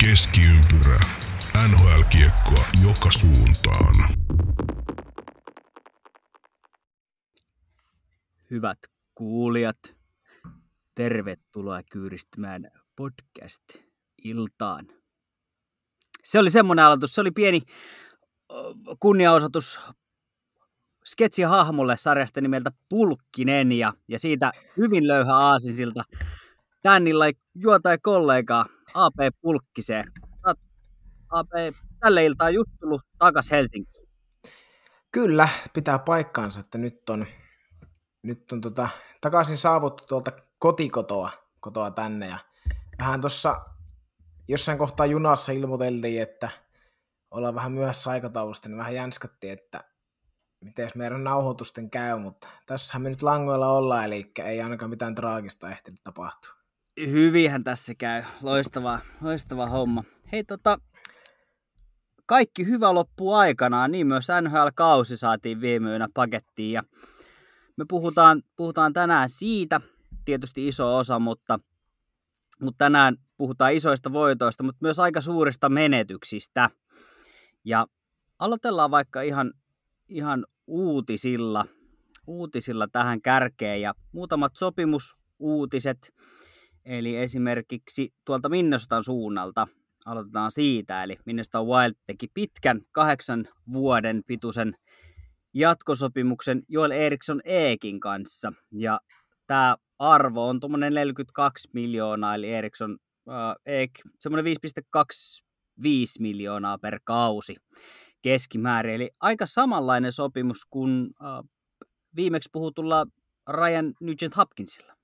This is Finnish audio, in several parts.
Keskiympyrä. NHL-kiekkoa joka suuntaan. Hyvät kuulijat, tervetuloa kyyristymään podcast-iltaan. Se oli semmoinen aloitus, se oli pieni kunniaosoitus sketsihahmolle sarjasta nimeltä Pulkkinen ja siitä hyvin löyhä aasinsilta tämän illan juontajakollega AP Pulkkiseen. AP, tälle iltaan just tullut takas Helsinkiin. Kyllä, pitää paikkaansa, että nyt on takaisin saavuttu tuolta kotikotoa tänne ja vähän tuossa jossain kohtaa junassa ilmoiteltiin, että ollaan vähän myöhässä aikataulusta, niin vähän jänskattiin, että miten meidän nauhoitusten käy, mutta tässähän me nyt langoilla ollaan, eli ei ainakaan mitään traagista ehtinyt tapahtua. Hyvinhän tässä käy, loistava homma. Hei kaikki hyvä loppuu aikanaan, niin myös NHL-kausi saatiin viime yönä pakettiin ja me puhutaan tänään siitä, tietysti iso osa, mutta tänään puhutaan isoista voitoista, mutta myös aika suurista menetyksistä. Ja aloitellaan vaikka ihan uutisilla tähän kärkeen ja muutamat sopimusuutiset, eli esimerkiksi tuolta Minnesotan suunnalta aloitetaan siitä, eli Minnesota Wild teki pitkän 8 vuoden pituisen jatkosopimuksen Joel Eriksson Ekin kanssa, ja tämä arvo on tuommoinen 42 miljoonaa, eli Eriksson Ek semmoinen 5,25 miljoonaa per kausi keskimäärin, eli aika samanlainen sopimus kuin viimeksi puhutulla Ryan Nugent-Hopkinsilla.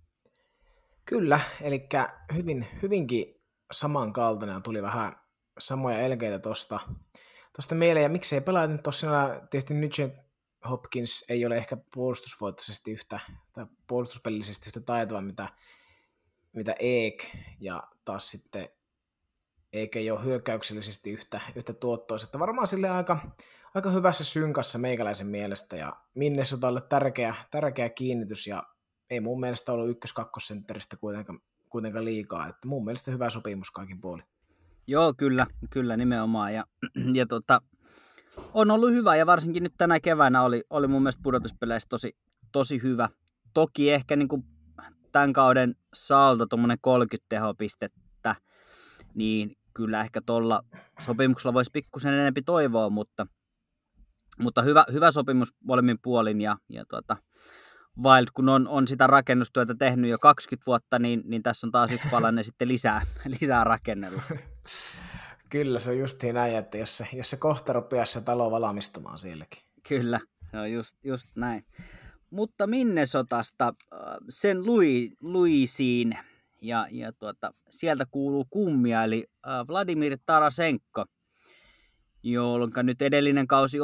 Kyllä, eli hyvinkin samankaltainen, tuli vähän samoja elkeitä tuosta mieleen, ja miksei pelaa nyt tosiaan, tietysti Nugent-Hopkins ei ole ehkä puolustusvoittoisesti tai puolustuspelillisesti yhtä taitava, mitä Ek, ja taas sitten Ek ei ole hyökkäyksellisesti yhtä tuottoisa, että varmaan sille aika hyvässä synkassa meikäläisen mielestä, ja Minnesotalle tärkeä kiinnitys, ja ei mun mielestä ollut ykkös-kakkosentteristä kuitenkaan liikaa, että mun mielestä hyvä sopimus kaikin puolin. Joo, kyllä nimenomaan, ja on ollut hyvä, ja varsinkin nyt tänä keväänä oli mun mielestä pudotuspeleissä tosi hyvä. Toki ehkä niin kuin tämän kauden saldo, tuommoinen 30 tehopistettä, niin kyllä ehkä tuolla sopimuksella voisi pikkusen enemmän toivoa, mutta hyvä sopimus molemmin puolin, ja Wild, kun on sitä rakennustyötä tehnyt jo 20 vuotta, niin tässä on taas yksi palanen sitten lisää rakennella. Kyllä, se on justiin näin, että jos se kohta rupeaa se talo valmistumaan sielläkin. Kyllä, se on just näin. Mutta Minnesotasta sen Louisiin ja sieltä kuuluu kummia, eli Vladimir Tarasenko, jolloin nyt edellinen kausi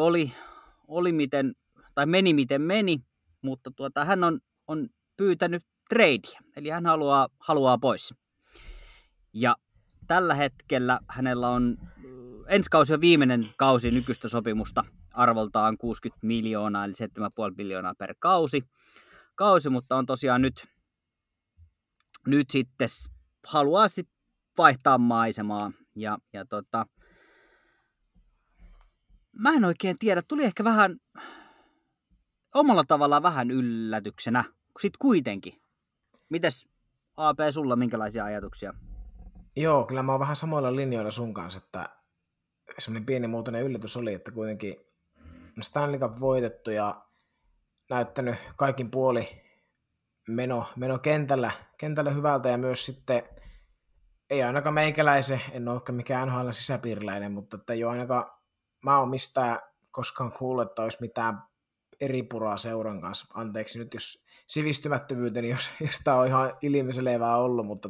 meni miten meni, mutta hän on pyytänyt tradea, eli hän haluaa pois. Ja tällä hetkellä hänellä on ensi kausi on viimeinen kausi nykyistä sopimusta, arvoltaan 60 miljoonaa, eli 7,5 miljoonaa per kausi, mutta on tosiaan nyt sitten haluaa vaihtaa maisemaa, ja mä en oikein tiedä, tuli ehkä vähän omalla tavallaan vähän yllätyksenä, sit kuitenkin. Mites AP sulla, minkälaisia ajatuksia? Joo, kyllä mä oon vähän samoilla linjoilla sun kanssa, että semmoinen pienimuotoinen yllätys oli, että kuitenkin Stanley Cup voitettu ja näyttänyt kaikin puoli meno kentällä hyvältä, ja myös sitten ei ainakaan meikäläisen, en ole mikään NHL sisäpiiriläinen, että ei ole ainakaan, mä oon mistään koskaan kuullut, että olisi mitään eri puraa seuran kanssa. Anteeksi nyt, jos sivistymättömyyteni, jos tämä on ihan ilmiselevää ollut, mutta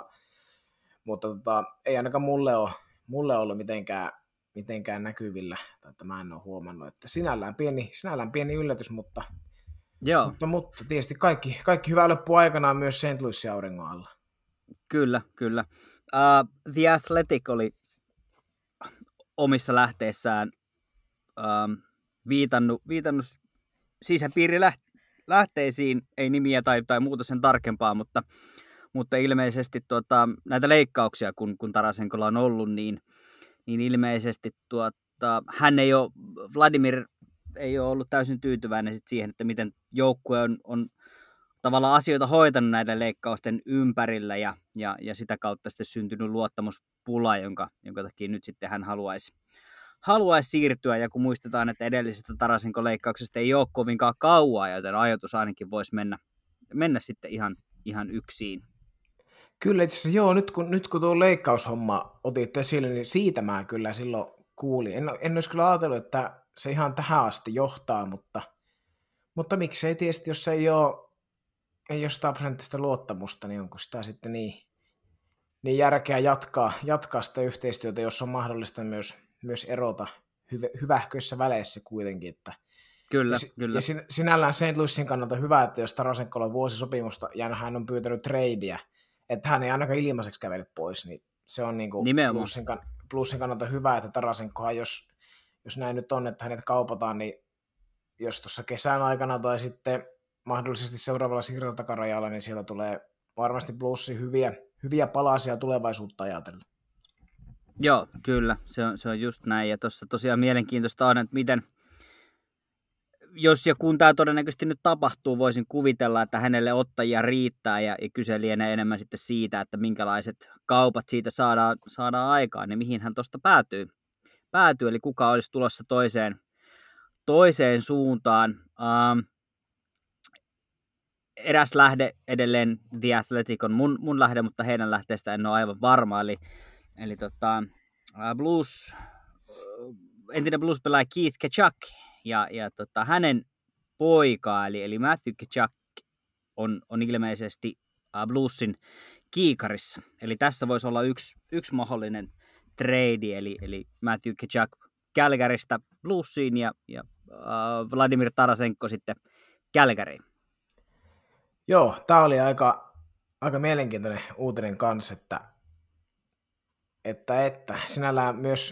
ei ainakaan mulle ollut mitenkään näkyvillä, tai että mä en ole huomannut, että sinällään pieni yllätys, mutta tietysti kaikki hyvä loppuu aikanaan myös St. Louisin auringon alla. Kyllä. The Athletic oli omissa lähteissään viitannut sisäpiirilähteisiin, ei nimiä tai muuta sen tarkempaa, mutta mutta ilmeisesti näitä leikkauksia, kun Tarasenkolla on ollut, niin ilmeisesti Vladimir ei ole ollut täysin tyytyväinen sit siihen, että miten joukkue on tavallaan asioita hoitanut näiden leikkausten ympärillä ja sitä kautta sitten syntynyt luottamuspula, jonka takia nyt sitten hän haluaisi siirtyä, ja kun muistetaan, että edellisestä Tarasenko-leikkauksesta ei ole kovinkaan kauaa, joten ajatus ainakin voisi mennä sitten ihan yksin. Kyllä itse asiassa joo, nyt kun tuo leikkaushomma otit esille, niin siitä mä kyllä silloin kuulin. En olisi kyllä ajatellut, että se ihan tähän asti johtaa, mutta miksei tietysti, jos ei ole 100% luottamusta, niin onko sitä sitten niin järkeä jatkaa sitä yhteistyötä, jos on mahdollista myös erota hyvähköissä väleissä kuitenkin. Että Kyllä. Ja sinällään St. Louisin kannalta hyvä, että jos Tarasenkolla on vuosisopimusta ja hän on pyytänyt tradeä, että hän ei ainakaan ilmaiseksi kävele pois, niin se on niin kuin plussin kannalta hyvä, että Tarasenkohan, jos näin nyt on, että hänet kaupataan, niin jos tuossa kesän aikana tai sitten mahdollisesti seuraavalla siirtotakarajalla, niin sieltä tulee varmasti plussi hyviä palasia tulevaisuutta ajatellen. Joo, kyllä, se on just näin, ja tuossa tosiaan mielenkiintoista on, että miten, jos ja kun tämä todennäköisesti nyt tapahtuu, voisin kuvitella, että hänelle ottajia riittää, ja kyse lienee enemmän sitten siitä, että minkälaiset kaupat siitä saadaan aikaan, niin mihin hän tuosta päätyy, eli kuka olisi tulossa toiseen suuntaan. Eräs lähde edelleen, The Athletic on mun lähde, mutta heidän lähteestä en ole aivan varma, eli entinen Blues-pelaaja Keith Tkachuk ja hänen poikaa, eli Matthew Tkachuk on ilmeisesti Bluesin kiikarissa. Eli tässä voisi olla yksi mahdollinen trade, eli Matthew Tkachuk Calgarysta Bluesiin ja Vladimir Tarasenko sitten Calgaryin. Joo, tämä oli aika mielenkiintoinen uutinen kanssa, että sinällään myös,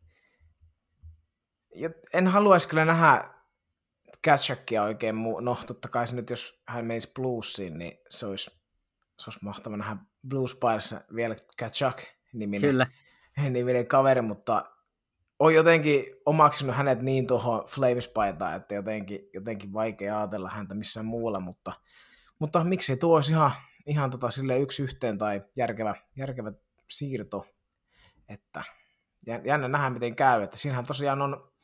en haluaisi kyllä nähdä Tkachukia oikein, totta kai se nyt, jos hän menisi Bluesiin, niin se olisi mahtava nähdä Blues Barissa vielä Tkachuk-niminen kaveri, mutta on jotenkin omaksunut hänet niin tuohon Flames-paitaan, että jotenkin vaikea ajatella häntä missään muulla, mutta miksei tuo olisi ihan silleen yksi yhteen tai järkevä siirto, että jännä nähdä miten käy, että siinähän tosiaan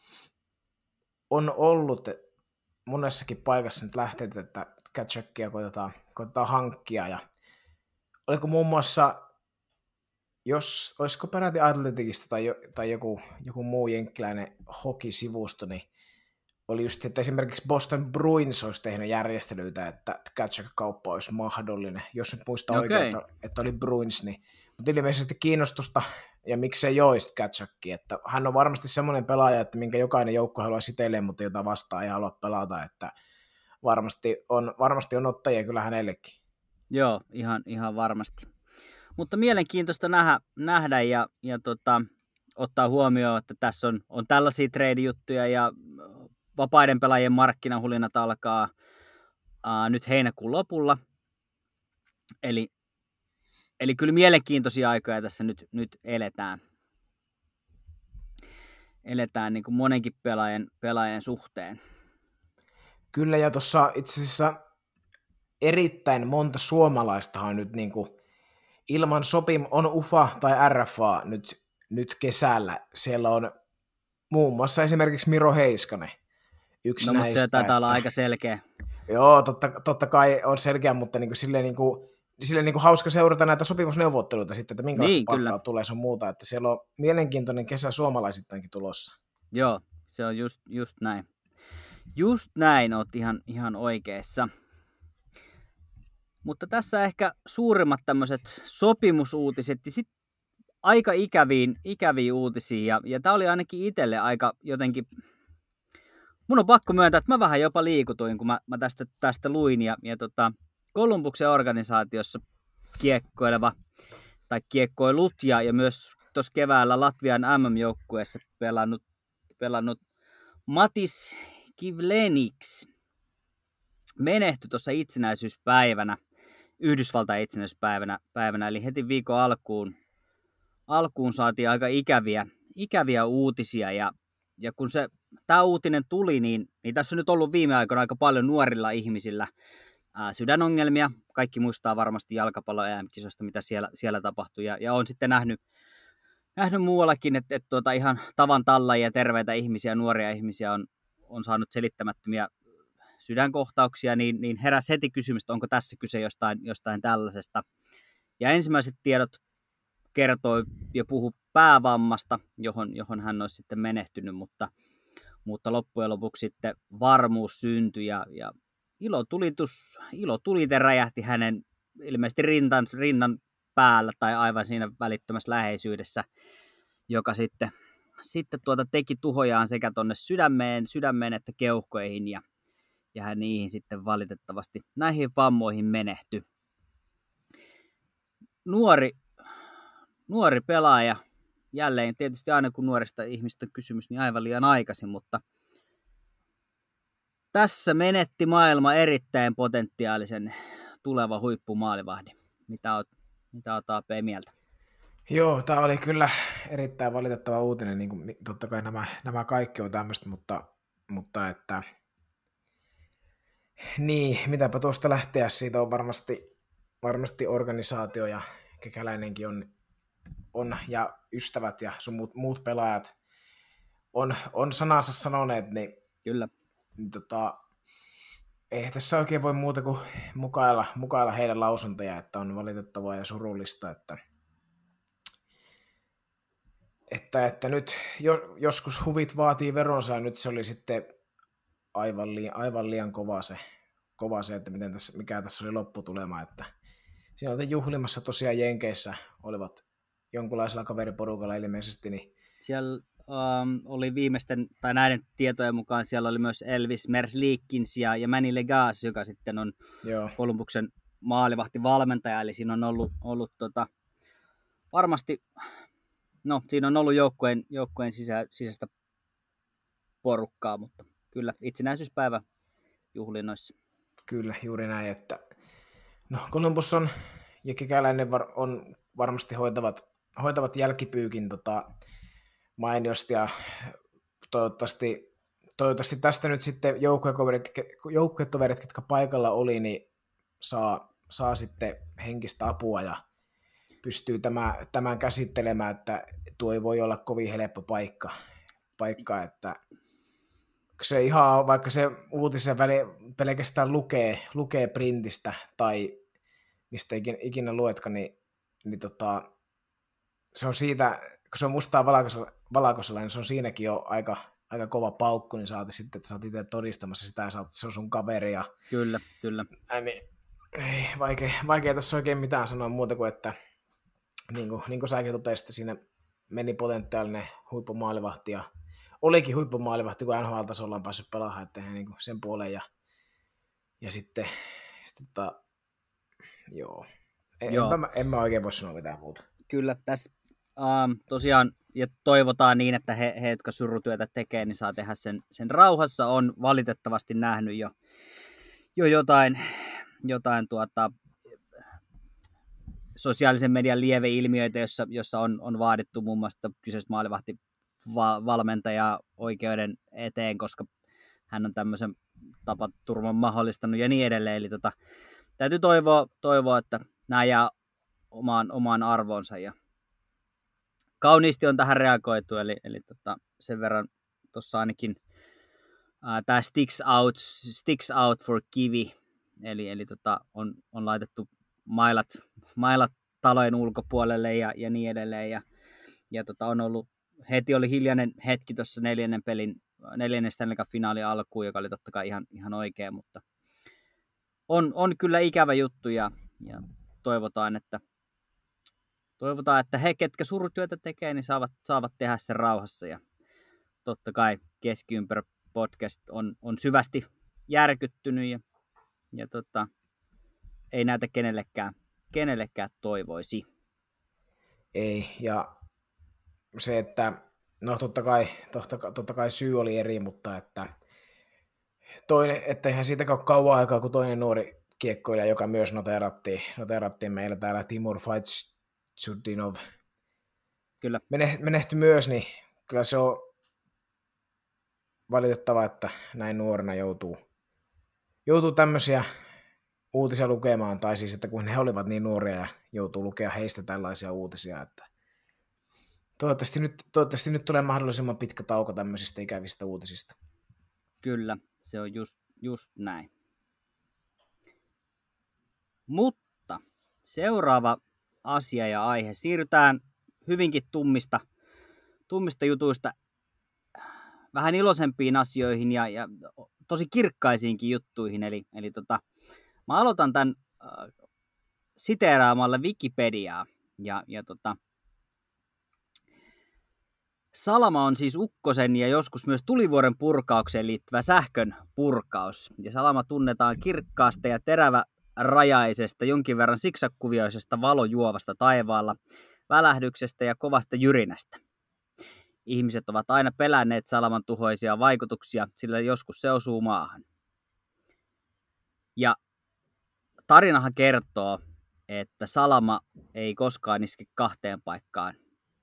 on ollut monessakin paikassa nyt lähteet, että Tkachukia koitetaan hankkia, ja oliko muun muassa, olisiko peräti Atleticista tai joku muu jenkkiläinen hokisivusto, niin oli just, että esimerkiksi Boston Bruins olisi tehnyt järjestelyitä, että Tkachuk-kauppa olisi mahdollinen, jos nyt muistaa oikein, että oli Bruins, niin, mutta ilmeisesti kiinnostusta, ja miksei olisi Tkachukia, että hän on varmasti semmoinen pelaaja, että minkä jokainen joukko haluaa itselleen, mutta jota vastaan ei halua pelata, että varmasti on ottajia kyllä hänellekin. Joo, ihan varmasti. Mutta mielenkiintoista nähdä ja ottaa huomioon, että tässä on tällaisia trade-juttuja ja vapaiden pelaajien markkinahulinat alkaa nyt heinäkuun lopulla. Eli kyllä mielenkiintoisia aikoja tässä nyt eletään. Eletään niin kuin monenkin pelaajan suhteen. Kyllä, ja tuossa itse asiassa erittäin monta suomalaistahan nyt niin kuin ilman on UFA tai RFA nyt kesällä. Siellä on muun muassa esimerkiksi Miro Heiskanen, yksi näistä. Mutta se taitaa olla aika selkeä. Joo, totta kai on selkeä, mutta silleen hauska seurata näitä sopimusneuvotteluita sitten, että minkälaista palkkaa tulee sun muuta, että siellä on mielenkiintoinen kesä suomalaisittainkin tulossa. Joo, se on just näin. Just näin, oot ihan oikeassa. Mutta tässä ehkä suurimmat tämmöiset sopimusuutiset ja sitten aika ikäviä uutisia. Ja tää oli ainakin itselle aika jotenkin, mun on pakko myöntää, että mä vähän jopa liikutuin, kun mä tästä luin. Ja Columbuksen organisaatiossa kiekkoilut ja myös tuossa keväällä Latvian MM-joukkueessa pelannut Matis Kivlenieks menehtyi tuossa itsenäisyyspäivänä Yhdysvaltain itsenäisyyspäivänä, eli heti viikon alkuun saatiin aika ikäviä uutisia, ja kun tämä uutinen tuli, niin tässä on nyt ollut viime aikoina aika paljon nuorilla ihmisillä sydänongelmia. Kaikki muistaa varmasti jalkapallon EM-kisoista, mitä siellä tapahtui, ja on sitten nähnyt muuallakin, että ihan tavan tallajia, terveitä ihmisiä, nuoria ihmisiä on saanut selittämättömiä sydänkohtauksia, niin heräsi heti kysymys, että onko tässä kyse jostain tällaisesta. Ja ensimmäiset tiedot kertoi ja puhui päävammasta, johon hän olisi sitten menehtynyt, mutta loppujen lopuksi sitten varmuus syntyi ja ilotulite räjähti hänen ilmeisesti rinnan päällä tai aivan siinä välittömässä läheisyydessä, joka sitten teki tuhojaan sekä tuonne sydämeen että keuhkoihin ja hän niihin sitten valitettavasti näihin vammoihin menehtyi. Nuori pelaaja, jälleen tietysti aina kun nuorista ihmistä on kysymys, niin aivan liian aikaisin, mutta tässä menetti maailma erittäin potentiaalisen tuleva huippumaalivahdin. Mitä oot AP mieltä? Joo, tämä oli kyllä erittäin valitettava uutinen, niin kuin totta kai nämä kaikki on tämmöistä, mutta että niin, mitäpä tuosta lähteä, siitä on varmasti organisaatio ja Kekäläinenkin on ja ystävät ja sun muut pelaajat on sanansa sanoneet, niin kyllä. Niin ei tässä oikein voi muuta kuin mukailla heidän lausuntoja, että on valitettavaa ja surullista, että nyt joskus huvit vaatii veronsa ja nyt se oli sitten aivan liian kova se, että mikä tässä oli lopputulema, että siinä oltiin juhlimassa tosiaan Jenkeissä olivat jonkunlaisella kaveriporukalla ilmeisesti. Niin siellä oli viimeisten, tai näiden tietojen mukaan siellä oli myös Elvis Merzlikins ja Manny Legas, joka sitten on Columbuksen maalivahtivalmentaja, eli siinä on ollut varmasti, siinä on ollut joukkueen sisäistä porukkaa, mutta kyllä itsenäisyyspäivä juhlinnoissa. Kyllä, juuri näin, että Columbus on ja Kekäläinen on varmasti hoitavat jälkipyykin mainiosti ja toivottavasti tästä nyt sitten joukkuetoverit, ketkä paikalla oli, niin saa sitten henkistä apua ja pystyy tämän käsittelemään, että tuo ei voi olla kovin helppo paikka, että se ihan, vaikka se uutisen pelkästään lukee printistä tai mistä ikinä luetkaan, niin se on siitä, kun se on mustaa valakosella, niin se on siinäkin jo aika kova paukku, niin saati sitten, että sä oot itse todistamassa sitä, ja se on sun kaveri. Ja Kyllä. Niin, ei, vaikea tässä oikein mitään sanoa muuta kuin, että niin kuin säkin totesit, siinä meni potentiaalinen huippumaalivahti, ja olikin huippumaalivahti, kun NHL-tasolla on päässyt pelaamaan, että niin kuin sen puoleen, ja sitten joo. En mä oikein voi sanoa mitään muuta. Kyllä, tässä tosiaan, ja toivotaan niin, että he jotka surutyötä tekee, niin saa tehdä sen rauhassa. On valitettavasti nähnyt jo jotain sosiaalisen median lieveilmiöitä, jossa on vaadittu muun muassa kyseistä maalivahtivalmentajaa oikeuden eteen, koska hän on tämmöisen tapaturman mahdollistanut ja niin edelleen. Eli täytyy toivoa, että nämä jää omaan arvoonsa ja kauniisti on tähän reagoitu, eli sen verran tuossa ainakin tämä sticks out for kivi, eli on laitettu mailat talojen ulkopuolelle ja niin edelleen, ja on ollut, heti oli hiljainen hetki tuossa neljännen Stanley Cup -finaalin alkuun, joka oli totta kai ihan oikein, mutta on kyllä ikävä juttu, ja toivotaan, että he, ketkä surutyötä tekee, niin saavat tehdä sen rauhassa. Ja totta kai Keskiympärä podcast on syvästi järkyttynyt ja ei näitä kenellekään toivoisi. Ei, ja se, että totta kai syy oli eri, mutta että eihän siitä kauan aikaa, kun toinen kiekkoilija, joka myös noteerattiin meillä täällä, Timur Fajtsuddinov. Kyllä. Menehtyi myös, niin kyllä se on valitettavaa, että näin nuorena joutuu tämmöisiä uutisia lukemaan, tai siis, että kun he olivat niin nuoria ja joutuu lukea heistä tällaisia uutisia, että toivottavasti nyt tulee mahdollisimman pitkä tauko tämmöisistä ikävistä uutisista. Kyllä, se on just näin. Mutta seuraava asia ja aihe. Siirrytään hyvinkin tummista jutuista vähän iloisempiin asioihin ja tosi kirkkaisiinkin juttuihin. Eli mä aloitan tämän siteeraamalla Wikipediaa. Salama on siis ukkosen ja joskus myös tulivuoren purkaukseen liittyvä sähkön purkaus. Ja salama tunnetaan kirkkaasta ja terävärajaisesta, jonkin verran siksakkuvioisesta valojuovasta taivaalla, välähdyksestä ja kovasta jyrinästä. Ihmiset ovat aina pelänneet salaman tuhoisia vaikutuksia, sillä joskus se osuu maahan. Ja tarinahan kertoo, että salama ei koskaan iske kahteen paikkaan.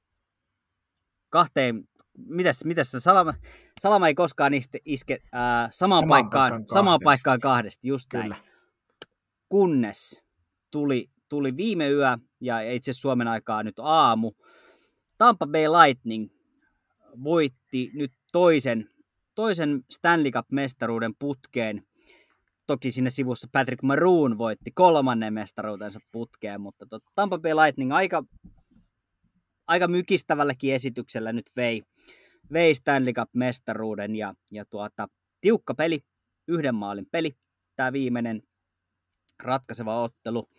Mitäs se salama ei koskaan iske samaan paikkaan kahdesti, just näin. Kyllä. Kunnes tuli viime yö ja itse asiassa Suomen aikaa nyt aamu. Tampa Bay Lightning voitti nyt toisen Stanley Cup-mestaruuden putkeen. Toki siinä sivussa Patrick Maroon voitti 3. mestaruutensa putkeen, mutta Tampa Bay Lightning aika mykistävälläkin esityksellä nyt vei Stanley Cup-mestaruuden ja tiukka peli, 1 maalin peli, tämä viimeinen ratkaiseva ottelu.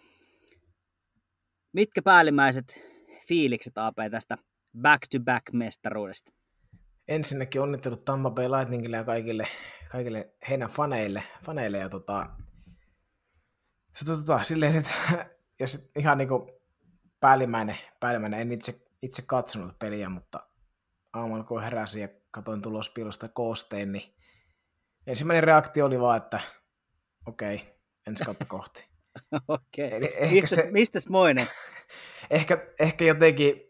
Mitkä päällimmäiset fiilikset AP tästä back-to-back-mestaruudesta? Ensinnäkin onnittelut Tampa Bay Lightningille ja kaikille heidän faneille ja silleen nyt, jos ihan niinku päällimmäinen, en itse katsonut peliä, mutta aamulla kun heräsin ja katsoin tulospiilosta koosteen, niin ensimmäinen reaktio oli vaan, että okei, ensi kautta kohti. Okei, mistäs moinen? Ehkä jotenkin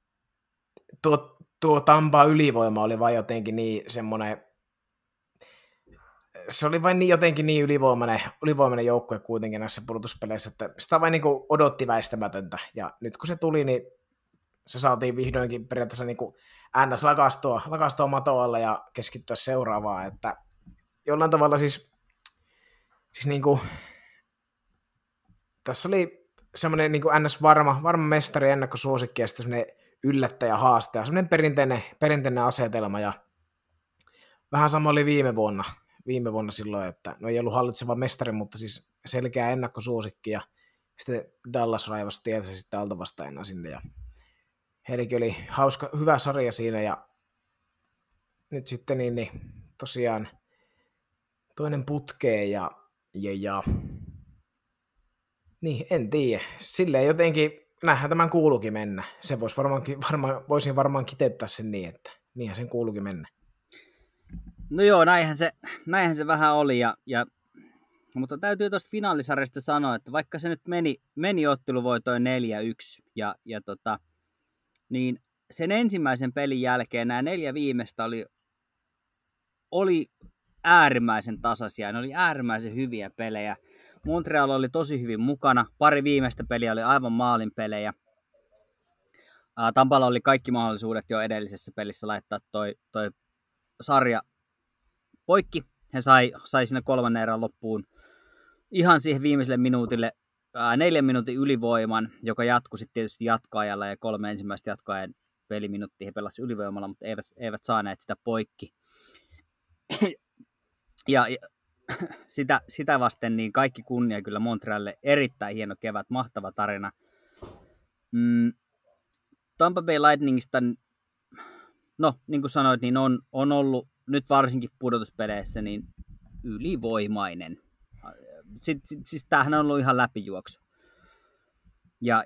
tuo Tampaa ylivoima oli vain jotenkin niin semmoinen, se oli vain jotenkin niin ylivoimainen joukkue kuitenkin näissä pudotuspeleissä, että sitä vain niin kuin odotti väistämätöntä, ja nyt kun se tuli, niin se saatiin vihdoinkin periaatteessa niin kuin NS lakastua matoalla ja keskittyä seuraavaan, että jollain tavalla siis niin kuin, tässä oli semmoinen niin kuin NS varma mestari, ennakkosuosikki ja sitten semmoinen yllättäjä haastaja, semmoinen perinteinen asetelma, ja vähän sama oli viime vuonna silloin, että no ei ollut hallitseva mestari, mutta siis selkeä ennakkosuosikki, ja sitten Dallas raivasi tietä sitten alta vastaajana sinne, ja heilläkin oli hauska, hyvä sarja siinä, ja nyt sitten niin tosiaan toinen putkeen, ja niin, en tiedä. Silleen jotenkin, näinhän tämän kuuluukin mennä. Se voisin varmaan kiteyttää sen niin, että niinhän sen kuuluukin mennä. No joo, näinhän se vähän oli, mutta täytyy tuosta finaalisarjasta sanoa, että vaikka se nyt meni otteluvoitoin 4-1, niin sen ensimmäisen pelin jälkeen nämä 4 viimeistä oli äärimmäisen tasaisia, ne oli äärimmäisen hyviä pelejä. Montreal oli tosi hyvin mukana, pari viimeistä peliä oli aivan maalin pelejä. Tampalla oli kaikki mahdollisuudet jo edellisessä pelissä laittaa toi sarja poikki. He sai siinä 3. erän loppuun ihan siihen viimeiselle minuutille 4 minuutin ylivoiman, joka jatkui sitten tietysti jatkoajalla, ja 3 ensimmäistä jatkoajan peliminuuttia he pelasivat ylivoimalla, mutta eivät saaneet sitä poikki. Ja sitä vasten niin kaikki kunnia kyllä Montrealille, erittäin hieno kevät, mahtava tarina. Tampa Bay Lightningista, no niin kuin sanoit, niin on ollut nyt varsinkin pudotuspeleissä niin ylivoimainen. Siis tämähän on ollut ihan läpijuoksu. Ja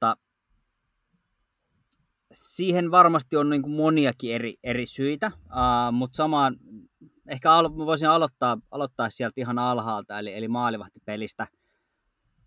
siihen varmasti on niin kuin moniakin eri syitä, mutta samaan ehkä voisin aloittaa sieltä ihan alhaalta, eli maalivahtipelistä.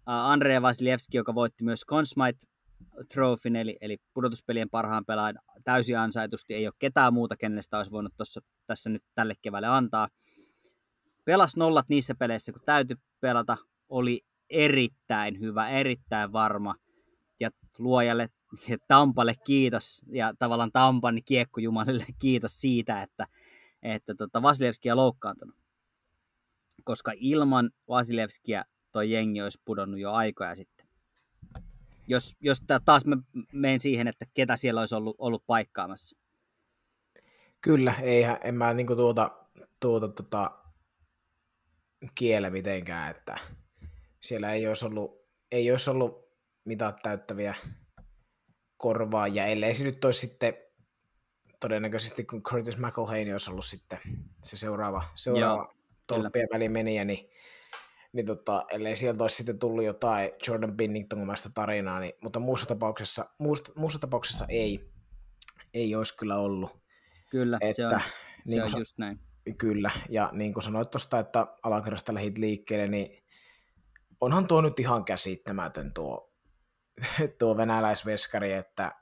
Andrei Vasilevski, joka voitti myös Conn Smythe Trophyn, eli pudotuspelien parhaan pelaajan täysin ansaitusti. Ei ole ketään muuta, kenelle sitä olisi voinut tässä nyt tälle keväälle antaa. Pelas nollat niissä peleissä, kun täytyi pelata. Oli erittäin hyvä, erittäin varma. Ja luojalle ja Tampalle kiitos. Ja tavallaan Tampan kiekkojumalille kiitos siitä, että Vasilevski on loukkaantunut. Koska ilman Vasilevskiä toi jengi olisi pudonnut jo aikoja sitten. Jos taas mä menen siihen, että ketä siellä olisi ollut paikkaamassa. Kyllä, en mä niinku tuota kiele mitenkään, että siellä ei olisi ollut mitat täyttäviä korvaajia, ellei se nyt olisi sitten todennäköisesti, kun Curtis McElhaney olisi ollut sitten se seuraava tolppien välimeniä, niin ellei sieltä olisi sitten tullut jotain Jordan Binnington-omaista tarinaa, niin, mutta muussa tapauksessa ei olisi kyllä ollut. Kyllä, että, se on just näin. Kyllä, ja niin kuin sanoit tuosta, että alakerrasta lähdit liikkeelle, niin onhan tuo nyt ihan käsittämätön tuo venäläisveskari,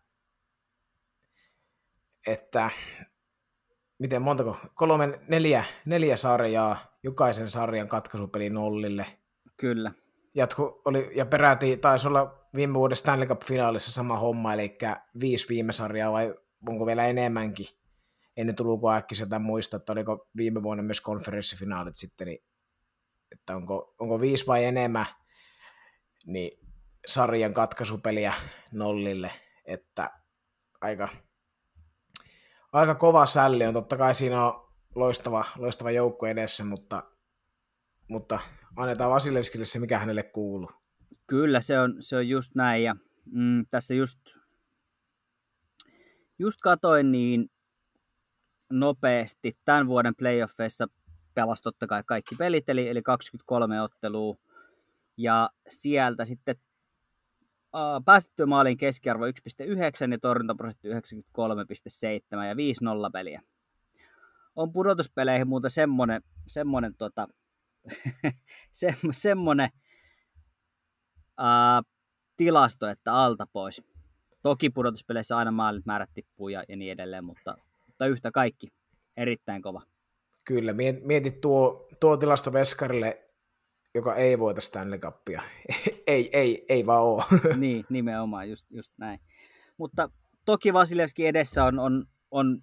että miten montako, 4 sarjaa, jokaisen sarjan katkaisupeli nollille. Kyllä. Ja peräti taisi olla viime vuoden Stanley Cup-finaalissa sama homma, eli 5 viime sarjaa vai onko vielä enemmänkin? En nyt ulkoa äkkiseltä muista, että oliko viime vuonna myös konferenssifinaalit sitten, niin, että onko 5 vai enemmän niin sarjan katkaisupeliä nollille, että aika kova sälli on. Totta kai siinä on loistava joukko edessä, mutta annetaan Vasilevskille se, mikä hänelle kuuluu. Kyllä, se on just näin. Ja tässä just katoin niin nopeasti. Tämän vuoden playoffeissa pelasi totta kai kaikki pelit, eli 23 ottelua. Ja sieltä sitten päästettyä maalin keskiarvo 1,9 ja torjuntaprosentti 93,7 ja 5-0 peliä. On pudotuspeleihin muuten semmonen tilasto, että alta pois. Toki pudotuspeleissä aina maalit määrät tippuu ja niin edelleen, mutta yhtä kaikki erittäin kova. Kyllä, mietit tuo tilasto veskarille, joka ei voita Stanley Cupia. ei vaan ole. Niin, nimenomaan, just näin. Mutta toki Vasilevski edessä on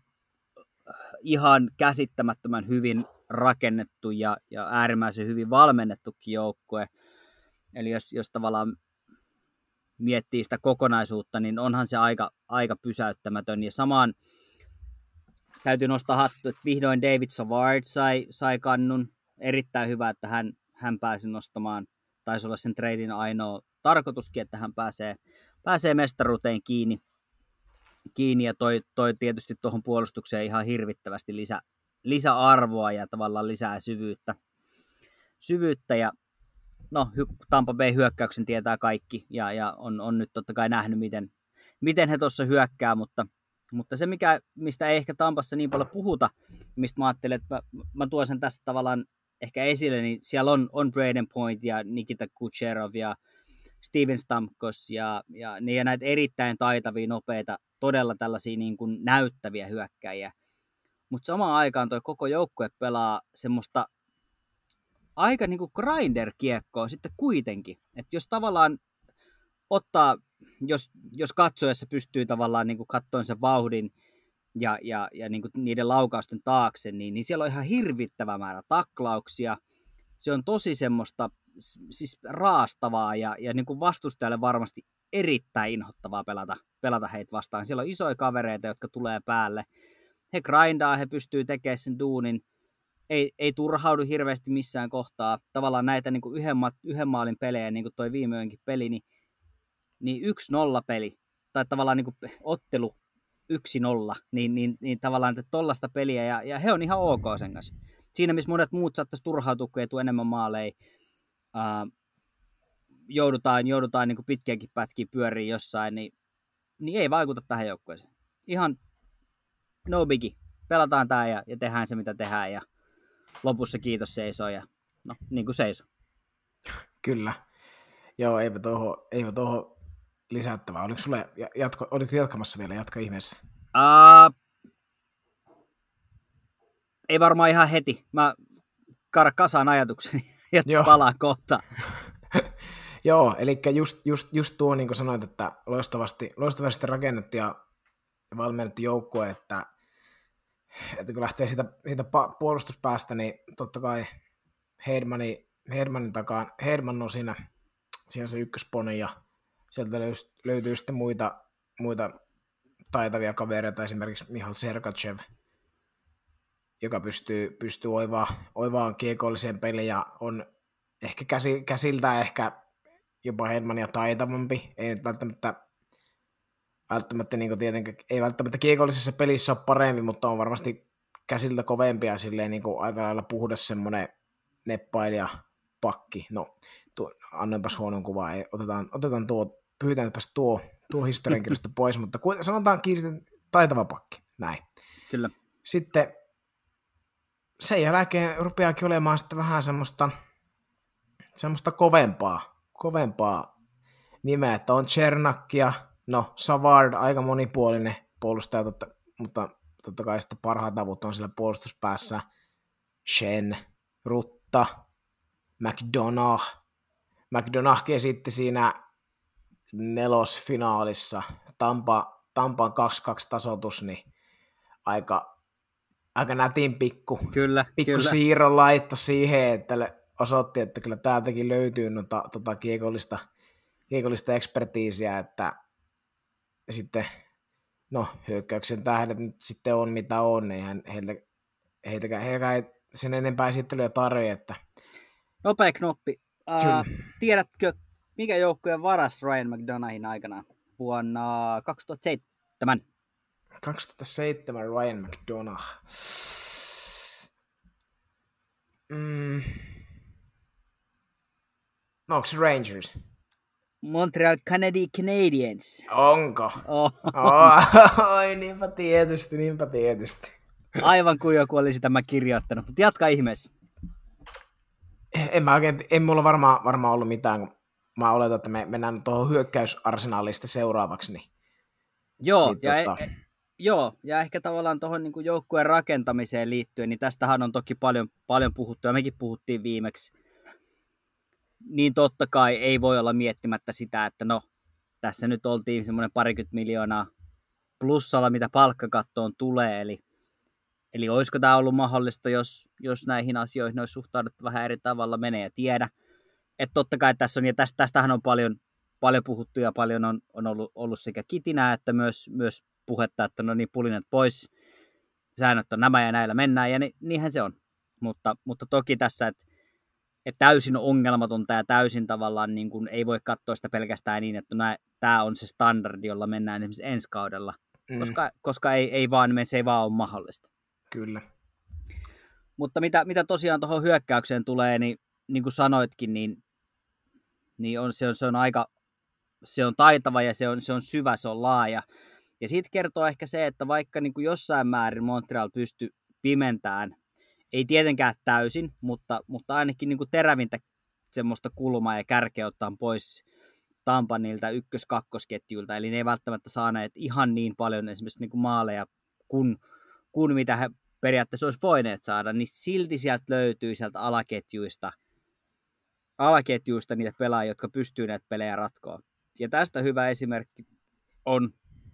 ihan käsittämättömän hyvin rakennettu ja äärimmäisen hyvin valmennettukin joukkue. Eli jos tavallaan miettii sitä kokonaisuutta, niin onhan se aika pysäyttämätön. Ja samaan täytyy nostaa hattu, että vihdoin David Savard sai kannun. Erittäin hyvä, että hän pääsi nostamaan. Taisi olla sen treidin ainoa tarkoituskin, että hän pääsee mestaruuteen kiinni ja toi tietysti tuohon puolustukseen ihan hirvittävästi lisäarvoa ja tavallaan lisää syvyyttä ja no, Tampa Bay hyökkäyksen tietää kaikki ja on nyt totta kai nähnyt, miten he tuossa hyökkää, mutta se, mistä ei ehkä Tampassa niin paljon puhuta, mistä mä ajattelin, että mä tuon sen tästä tavallaan ehkä esille, niin siellä on Braden Point ja Nikita Kucherov ja Steven Stamkos ja näitä erittäin taitavia, nopeita, todella tällaisia niin kuin näyttäviä hyökkäjiä. Mutta samaan aikaan toi koko joukkue pelaa semmoista aika niin kuin grinder-kiekkoa sitten kuitenkin. Että jos tavallaan ottaa, jos katsojassa pystyy tavallaan niin kuin katsoen sen vauhdin ja niin kuin niiden laukausten taakse, niin siellä on ihan hirvittävä määrä taklauksia. Se on tosi semmoista siis raastavaa ja niin kuin vastustajalle varmasti erittäin inhottavaa pelata heitä vastaan. Siellä on isoja kavereita, jotka tulee päälle. He grindaa, he pystyy tekemään sen duunin. Ei turhaudu hirveästi missään kohtaa. Tavallaan näitä niin kuin yhden maalin pelejä, niin kuin toi viimeinkin peli, niin 1-0 peli, tai tavallaan niin kuin ottelu 1-0, niin tavallaan tollaista peliä, ja he on ihan ok sen kanssa. Siinä, missä monet muut saattaisi turhautua, kun ei tule enemmän maaleja, joudutaan niin kuin pitkiäkin pätkiä pyöriin jossain, niin ei vaikuta tähän joukkueeseen. Ihan no biggie. Pelataan tää ja tehdään se, mitä tehdään, ja lopussa kiitos seisoo, ja no, niin kuin seisoo. Kyllä. Joo, eipä tuohon lisättävää. Oliko jatkamassa vielä? Jatka ihmeessä. Ei varmaan ihan heti. Mä kasaan ajatukseni ja Joo. palaan kohta. Joo, eli just tuo, niin kuin sanoit, että loistavasti rakennettu ja valmennettu joukkue, että kun lähtee siitä puolustuspäästä, niin totta kai Hedmanin takaan, Hedman on siinä se ykkösponi, ja sieltä löytyy sitten muita taitavia kavereita, esimerkiksi Mihail Sergachev, joka pystyy oivaan kiekolliseen peliin, ja on ehkä käsiltä jopa Hedmania taitavampi, ei nyt välttämättä niin tietenkään, ei välttämättä kiekollisessa pelissä ole parempi, mutta on varmasti käsiltä kovempia silleen niin aika lailla puhdas semmoinen neppailija pakki. No, annoinpas huonon kuvaa, otetaan pyytäänpäs tuo historiankirjasta pois, mutta sanotaan kiinni taitava pakki, näin. Kyllä. Sitten sen jälkeen rupeakin olemaan sitten vähän semmoista kovempaa nimeä, että on Czernakkia, no Savard, aika monipuolinen puolustaja, mutta totta kai sitten parhaat avut on siellä puolustuspäässä, Shen, Rutta, McDonagh esitti siinä nelosfinaalissa, Tampan 2-2 tasoitus, niin aika nätin pikku siirron laitto siihen, että osoitti, että kyllä täältäkin löytyy kiekollista ekspertiisiä, että sitten hyökkäyksen tähdet nyt sitten on mitä on, niin heiltäkään ei sen enempää esittelyä tarvitse. Että... Nopea knoppi. Tiedätkö, mikä joukkueen varas Ryan McDonaghin aikana vuonna 2007? 2007 Ryan McDonagh. No, onko se Rangers? Montreal Canadiens. Onko? Oi, niinpä tietysti. Aivan kuin joku olisi tämä kirjoittanut, mutta jatka ihmeessä. En mulla varmaan ollut mitään, kun mä oletan, että me mennään tuohon hyökkäysarsenaalista seuraavaksi. Niin, ja ehkä tavallaan tuohon niin kuin joukkueen rakentamiseen liittyen, niin tästähän on toki paljon puhuttu, ja mekin puhuttiin viimeksi. Niin totta kai ei voi olla miettimättä sitä, että tässä nyt oltiin semmoinen 20 miljoonaa plussalla, mitä palkkakattoon tulee, eli olisiko tämä ollut mahdollista, jos näihin asioihin olisi suhtauduttu vähän eri tavalla, menee ja tiedä. Että totta kai tässä on, ja tästähän on paljon puhuttu, ja paljon on ollut sekä kitinää, että myös puhetta, että no niin, pulinet pois, säännöt on nämä ja näillä mennään, ja niinhän se on. Mutta toki tässä, että täysin ongelmatonta ja täysin tavallaan niin kuin ei voi katsoa sitä pelkästään niin, että tämä on se standardi, jolla mennään esimerkiksi ensi kaudella, koska se ei vaan ole mahdollista. Kyllä. Mutta mitä tosiaan tuohon hyökkäykseen tulee, niin kuin sanoitkin, niin se on aika, se on taitava ja se on syvä, se on laaja. Ja siitä kertoo ehkä se, että vaikka niin kuin jossain määrin Montreal pystyi pimentämään, ei tietenkään täysin, mutta ainakin niin kuin terävintä semmoista kulmaa ja kärkeä ottaa pois Tampan niiltä ykkös-kakkosketjuilta, eli ne ei välttämättä saaneet ihan niin paljon esimerkiksi niin kuin maaleja kuin mitä he periaatteessa olisi voineet saada, niin silti sieltä löytyy sieltä alaketjuista niitä pelaajia, jotka pystyy näitä pelejä ratkoa. Ja tästä hyvä esimerkki on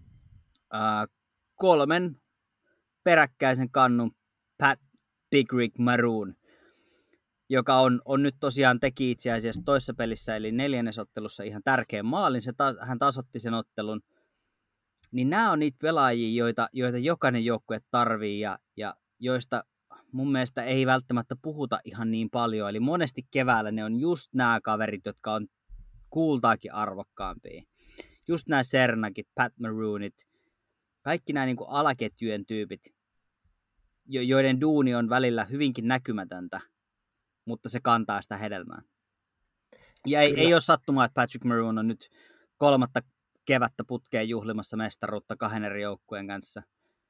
3 peräkkäisen kannun Pat Big Rig Maroon, joka on nyt tosiaan teki itse asiassa toisessa pelissä, eli 4. ottelussa ihan tärkeän maalin, hän tasoitti sen ottelun. Niin nämä on niitä pelaajia, joita jokainen joukkue tarvii ja joista mun mielestä ei välttämättä puhuta ihan niin paljon. Eli monesti keväällä ne on just nämä kaverit, jotka on kultaakin arvokkaampia. Just nämä Sernakit, Pat Maroonit, kaikki nämä niin kuin alaketjujen tyypit, joiden duuni on välillä hyvinkin näkymätöntä, mutta se kantaa sitä hedelmää. Ja ei ole sattumaa, että Patrick Maroon on nyt 3. kevättä putkeen juhlimassa mestaruutta 2 eri joukkueen kanssa.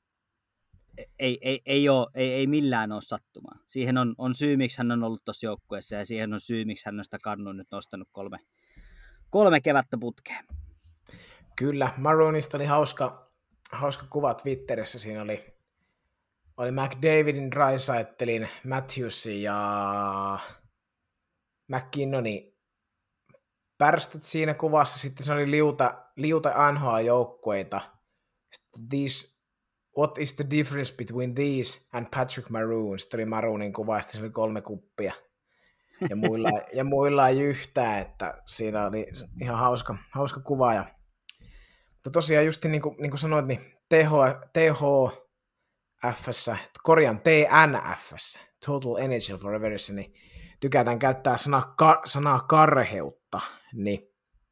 Ei millään ole sattumaa. Siihen on syy, miksi hän on ollut tuossa joukkueessa, ja siihen on syy, miksi hän on sitä kannun nyt nostanut 3 kevättä putkeen. Kyllä, Maroonista oli hauska kuva Twitterissä. Siinä oli McDavidin, Draisaitlin, Matthewsin ja McKinnonin pärstöt siinä kuvassa. Sitten se oli liuta NHL-joukkueita. What is the difference between these and Patrick Maroon? Sitten oli Maroonin kuva, ja se oli 3 kuppia. Ja muilla ei yhtään, että siinä oli ihan hauska kuva. Mutta tosiaan just niin kuin sanoit, niin TNF:ssä, Total NHL Foreverissa, niin tykätään käyttää sanaa karheutta, niin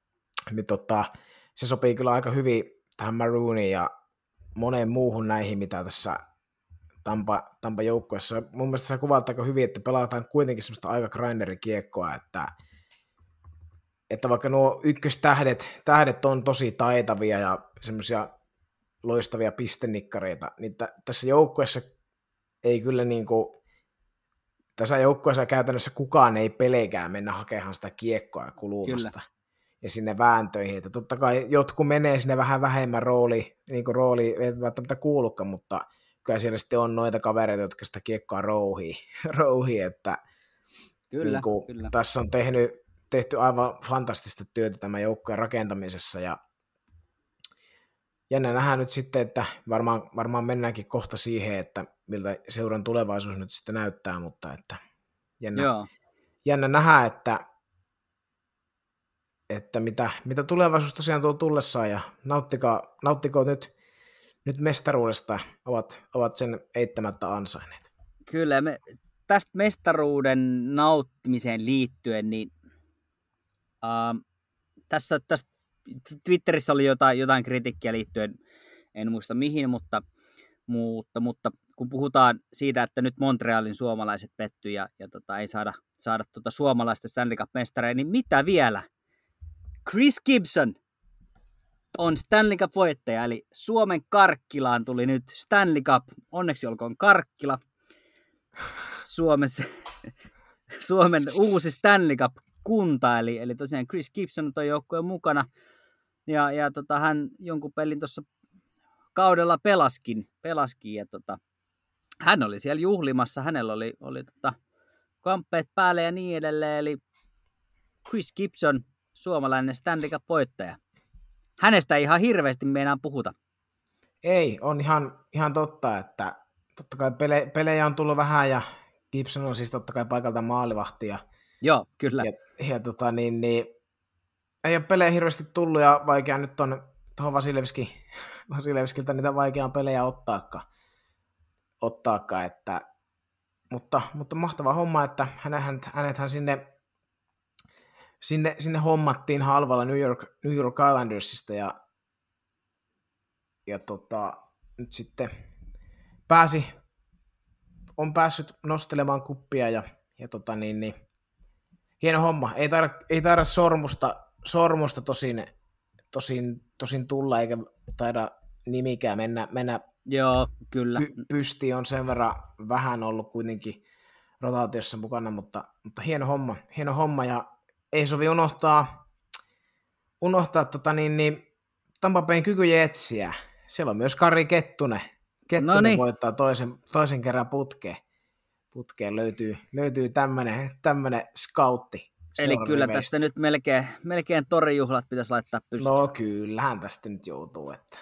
se sopii kyllä aika hyvin tähän Marooniin ja moneen muuhun näihin, mitä tässä Tampa joukkueessa. Mun mielestä se kuvaat aika hyvin, että pelataan kuitenkin semmoista aika grinderikiekkoa, että vaikka nuo ykköstähdet on tosi taitavia ja semmoisia loistavia pistenikkareita, niin tässä joukkueessa ei kyllä tässä joukkueessa käytännössä kukaan ei pelekään mennä hakemaan sitä kiekkoa ja kulumasta. Kyllä. Ja sinne vääntöihin, että totta kai jotkut menee sinne vähän vähemmän rooli ei välttämättä kuulukaan, mutta kyllä siellä sitten on noita kavereita, jotka sitä kiekkoa rouhii, että kyllä, kyllä. Tässä on tehty aivan fantastista työtä tämän joukkueen rakentamisessa, ja jännä nähdään nyt sitten, että varmaan mennäänkin kohta siihen, että miltä seuran tulevaisuus nyt sitten näyttää, mutta että jännä nähdä, että mitä tulevaisuus tosiaan tuo tullessaan, ja nauttiko nyt mestaruudesta, ovat sen eittämättä ansainneet. Kyllä, tästä mestaruuden nauttimiseen liittyen, niin tässä Twitterissä oli jotain kritiikkiä liittyen, en muista mihin, mutta kun puhutaan siitä, että nyt Montrealin suomalaiset petty ja ei saada suomalaista Stanley Cup-mestareja, niin mitä vielä? Chris Gibson on Stanley Cup-voittaja, eli Suomen Karkkilaan tuli nyt Stanley Cup, onneksi olkoon Karkkila, Suomen uusi Stanley Cup-kunta, eli tosiaan Chris Gibson on tuon joukkueen mukana, ja hän jonkun pelin tuossa kaudella pelaskin ja hän oli siellä juhlimassa, hänellä oli kamppeet päälle ja niin edelleen, eli Chris Gibson, suomalainen Stanley Cup-voittaja. Hänestä ei ihan hirveästi meinaa puhuta. Ei, on ihan totta, että totta kai pelejä on tullut vähän, ja Gibson on siis totta kai paikalta maalivahti. Joo, kyllä. Ja ei ole pelejä hirveästi tullut, ja vaikea nyt on tuohon Vasilevskilta niitä vaikeaa pelejä ottaakaan, että, mutta mahtava homma, että hänethän sinne hommattiin halvalla New York Islandersista, ja nyt sitten on päässyt nostelemaan kuppia, ja hieno homma. Ei taida sormusta tosin tulla, eikä taida nimikään mennä joo, kyllä. Pystiin, on sen verran vähän ollut kuitenkin rotaatiossa mukana, mutta hieno homma, ja ei sovi unohtaa Tampa Bayn kykyjetsiä. Siellä on myös Kari Kettunen. Voittaa toisen kerran putkeen löytyy tämmönen scoutti. Eli kyllä tästä nyt melkein torijuhlat pitäisi laittaa pystyyn. No kyllähän tästä nyt joutuu. Että.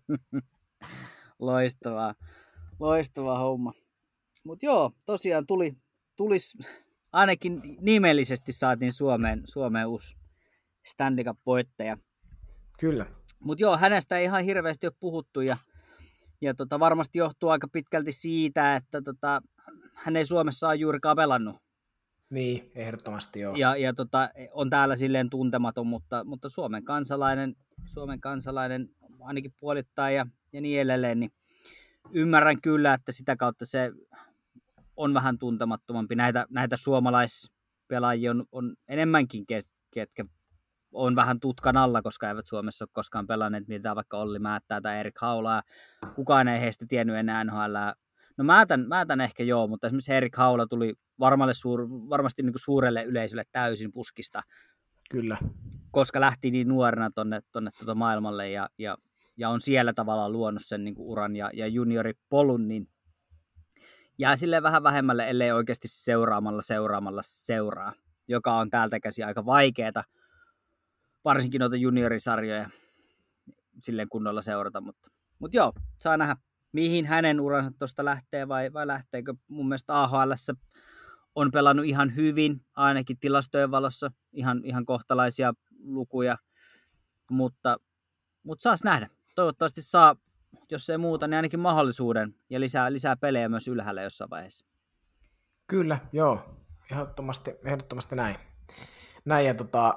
Loistava homma. Mutta joo, tosiaan tuli ainakin nimellisesti saatiin Suomeen uusi Stanley Cup-voittaja. Kyllä. Mutta joo, hänestä ei ihan hirveästi ole puhuttu, ja varmasti johtuu aika pitkälti siitä, että hän ei Suomessa ole juurikaan pelannut. Niin, ehdottomasti joo. Ja on täällä silleen tuntematon, mutta Suomen kansalainen ainakin puolittain ja niin edelleen, niin ymmärrän kyllä, että sitä kautta se on vähän tuntemattomampi. Näitä suomalaispelaajia on enemmänkin, ketkä on vähän tutkan alla, koska eivät Suomessa ole koskaan pelanneet mitään, vaikka Olli Määttää tai Erik Haula. Kukaan ei heistä tiennyt enää NHL. No Määtän ehkä joo, mutta esimerkiksi Erik Haula tuli varmasti niin kuin suurelle yleisölle täysin puskista. Kyllä. Koska lähti niin nuorena tonne maailmalle ja on siellä tavallaan luonut sen niin kuin uran ja junioripolun, niin jää sille vähän vähemmälle, ellei oikeasti seuraamalla seuraa, joka on täältä käsin aika vaikeeta, varsinkin noita juniorisarjoja silleen kunnolla seurata, mutta joo, saa nähdä, mihin hänen uransa tuosta lähtee vai lähteekö. Mun mielestä AHL:ssä on pelannut ihan hyvin, ainakin tilastojen valossa, ihan kohtalaisia lukuja, mutta saas nähdä. Toivottavasti saa, jos ei muuta, niin ainakin mahdollisuuden ja lisää pelejä myös ylhäällä jossain vaiheessa. Kyllä, joo. Ehdottomasti näin. Näin ja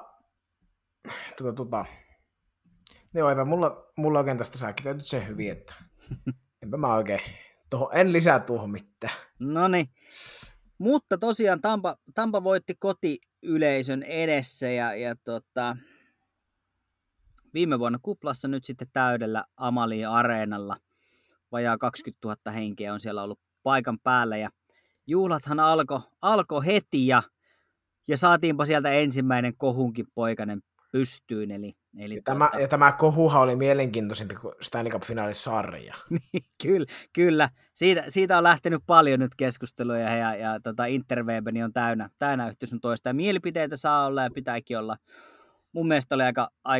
joo, eipä mulla oikein tästä saa kiteytyt sen hyvin, että enpä mä oikein en lisää tuohon mitään. Noniin. Mutta tosiaan Tampa voitti kotiyleisön edessä ja viime vuonna kuplassa nyt sitten täydellä Amalie-areenalla. Vajaa 20 000 henkeä on siellä ollut paikan päällä ja juhlathan alkoi heti ja saatiinpa sieltä ensimmäinen kohunkin poikainen pystyyn. Eli tämä kohuhan oli mielenkiintoisempi kuin Stanley Cup-finaalisarja. Kyllä. Siitä on lähtenyt paljon nyt keskusteluja ja interwebeni on täynnä yhtä sun toista. Ja mielipiteitä saa olla ja pitääkin olla. Mun mielestä oli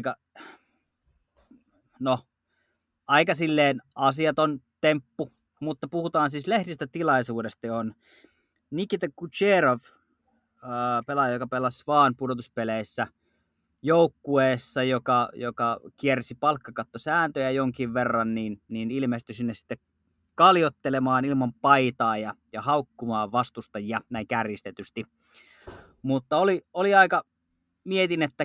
aika silleen asiaton temppu, mutta puhutaan siis lehdistötilaisuudesta, on Nikita Kucherov, pelaaja, joka pelasi vaan pudotuspeleissä joukkueessa, joka kiersi palkkakattosääntöjä jonkin verran, niin ilmestyi sinne sitten kaljottelemaan ilman paitaa ja haukkumaan vastustajia näin kärjistetysti. Mutta oli aika, mietin, että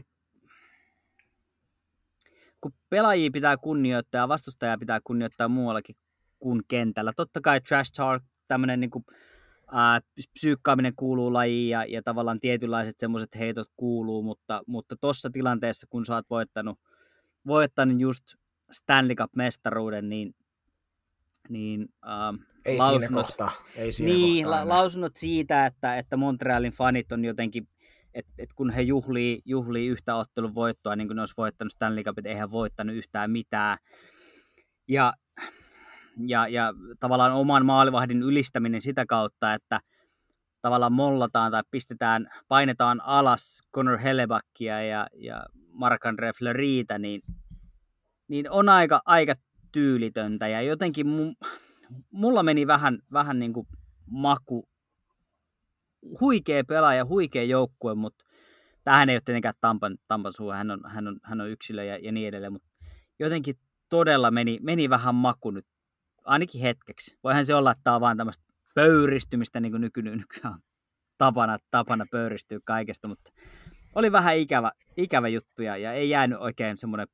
kun pelaajia pitää kunnioittaa ja vastustajaa pitää kunnioittaa muuallakin kuin kentällä. Totta kai trash talk, tämmöinen niin kuin, psyykkaaminen kuuluu lajiin ja tavallaan tietynlaiset semmoiset heitot kuuluu, mutta tuossa tilanteessa, kun sä oot voittanut just Stanley Cup-mestaruuden, niin ei siinä kohtaa. Lausunnot siitä, että Montrealin fanit on jotenkin, että kun he juhlii yhtä ottelun voittoa, niin kuin ne olisi voittanut Stanley Cupit, eihän voittanut yhtään mitään. Ja tavallaan oman maalivahdin ylistäminen sitä kautta, että tavallaan mollataan tai painetaan alas Connor Hellebackia ja Marc-André Fleurytä, niin on aika tyylitöntä. Ja jotenkin mulla meni vähän niin kuin maku. Huikea pelaaja, huikea joukkue, mutta tämähän ei ole tietenkään Tampan suu, hän on yksilö ja niin edelleen, mutta jotenkin todella meni vähän maku nyt, ainakin hetkeksi. Voihan se olla, että tämä on vaan tämmöistä pöyristymistä, niin kuin nykyään tapana pöyristyä kaikesta, mutta oli vähän ikävä juttu ja ei jäänyt oikein semmoinen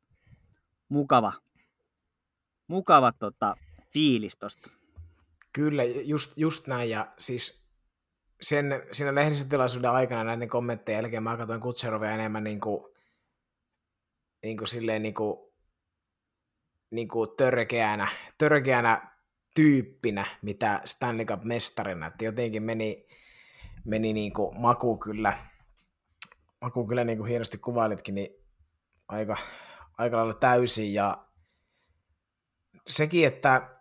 mukava fiilis tosta. Kyllä, just näin, ja siis siinä lehdistötilaisuuden aikana näiden kommenttien jälkeen mä katsoin Kutserovia enemmän niin kuin törkeänä tyyppinä, mitä Stanley Cup-mestarina, että jotenkin meni niin kuin maku kyllä niin kuin hienosti kuvailitkin, niin aika lailla täysin, ja sekin, että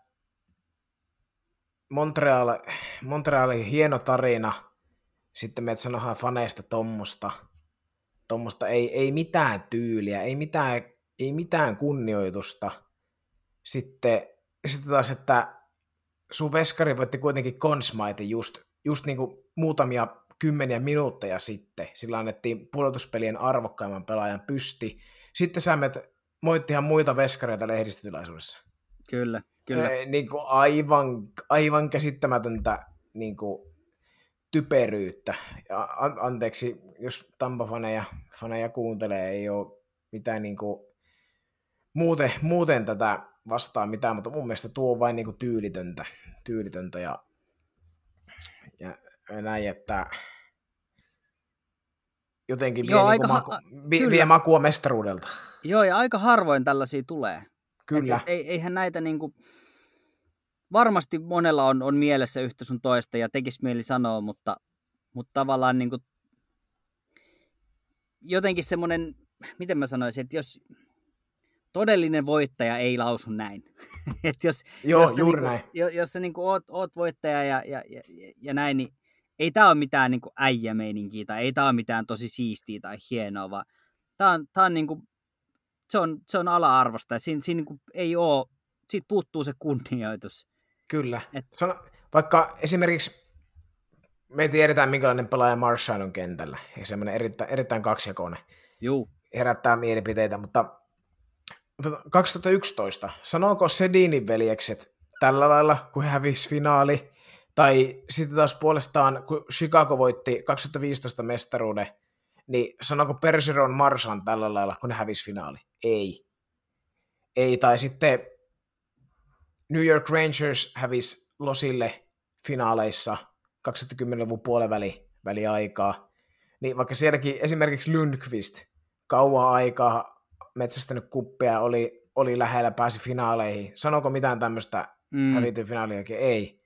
Montrealin hieno tarina, sitten meidät sanotaan faneista tommosta ei mitään tyyliä, ei mitään kunnioitusta. Sitten taas, että sun veskari voitti kuitenkin Conn Smithen just niin kuin muutamia kymmeniä minuutteja sitten. Sillä annettiin pudotuspelien arvokkaimman pelaajan pysti. Sitten sä moitti ihan muita veskareita lehdistötilaisuudessa. Kyllä. Niin kuin aivan käsittämätöntä niin kuin typeryyttä. Ja anteeksi, jos Tampa-faneja kuuntelee, ei ole mitään niin kuin muuten tätä vastaan mitään, mutta mun mielestä tuo on vain niin kuin tyylitöntä ja näin, että jotenkin vie makua mestaruudelta. Joo, ja aika harvoin tällaisia tulee. Kyllä. Eihän näitä niinku, varmasti monella on mielessä yhtä sun toista ja tekisi mieli sanoa, mutta tavallaan niinku, jotenkin semmoinen, miten mä sanoisin, että jos todellinen voittaja ei lausu näin. Että Joo, jos sä, juuri niinku, näin. jos sä niinku oot voittaja ja näin, niin ei tää ole mitään niinku äijämeininkiä tai ei tää ole mitään tosi siistiä tai hienoa, vaan tää on niinku, se on ala-arvosta ja siinä niinku ei oo, siitä puuttuu se kunnioitus. Kyllä. Vaikka esimerkiksi me tiedetään, minkälainen pelaaja Marshall on kentällä, ja semmoinen erittäin kaksijakoinen. Juu. Herättää mielipiteitä, mutta 2011, sanooko Sedinin veljekset tällä lailla, kun he hävisi finaali, tai sitten taas puolestaan, kun Chicago voitti 2015 mestaruuden, niin sanooko Bergeron Marchand tällä lailla, kun ne hävisi finaali? Ei, tai sitten New York Rangers hävisi Losille finaaleissa 2010-luvun puoliväliaikaa, niin vaikka sielläkin esimerkiksi Lundqvist kauan aikaa metsästänyt kuppia, oli lähellä, pääsi finaaleihin. Sanooko mitään tämmöistä hävityn finaalin jälkeen? Ei.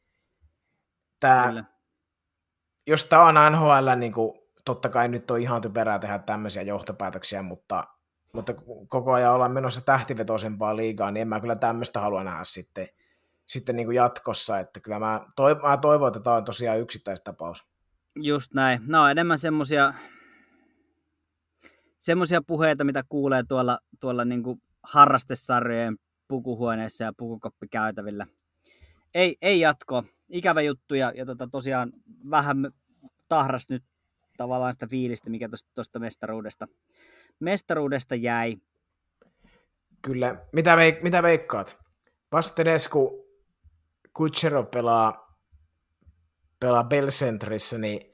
Jos tämä on NHL, niin kuin, totta kai nyt on ihan typerää tehdä tämmöisiä johtopäätöksiä, mutta koko ajan ollaan menossa tähtivetoisempaa liigaa, niin en mä kyllä tämmöistä halua nähdä sitten niin kuin jatkossa. Että kyllä mä toivon, että tämä on tosiaan yksittäistapaus. Just näin. Nämä on enemmän semmoisia puheita, mitä kuulee tuolla niin kuin harrastesarjojen pukuhuoneessa ja pukukoppikäytävillä. Ei jatko. Ikävä juttu ja tosiaan vähän tahras nyt tavallaan sitä fiilistä, mikä tuosta mestaruudesta jäi. Kyllä. Mitä veikkaat? Vastedes, Kucherov pelaa Bell Centerissä, niin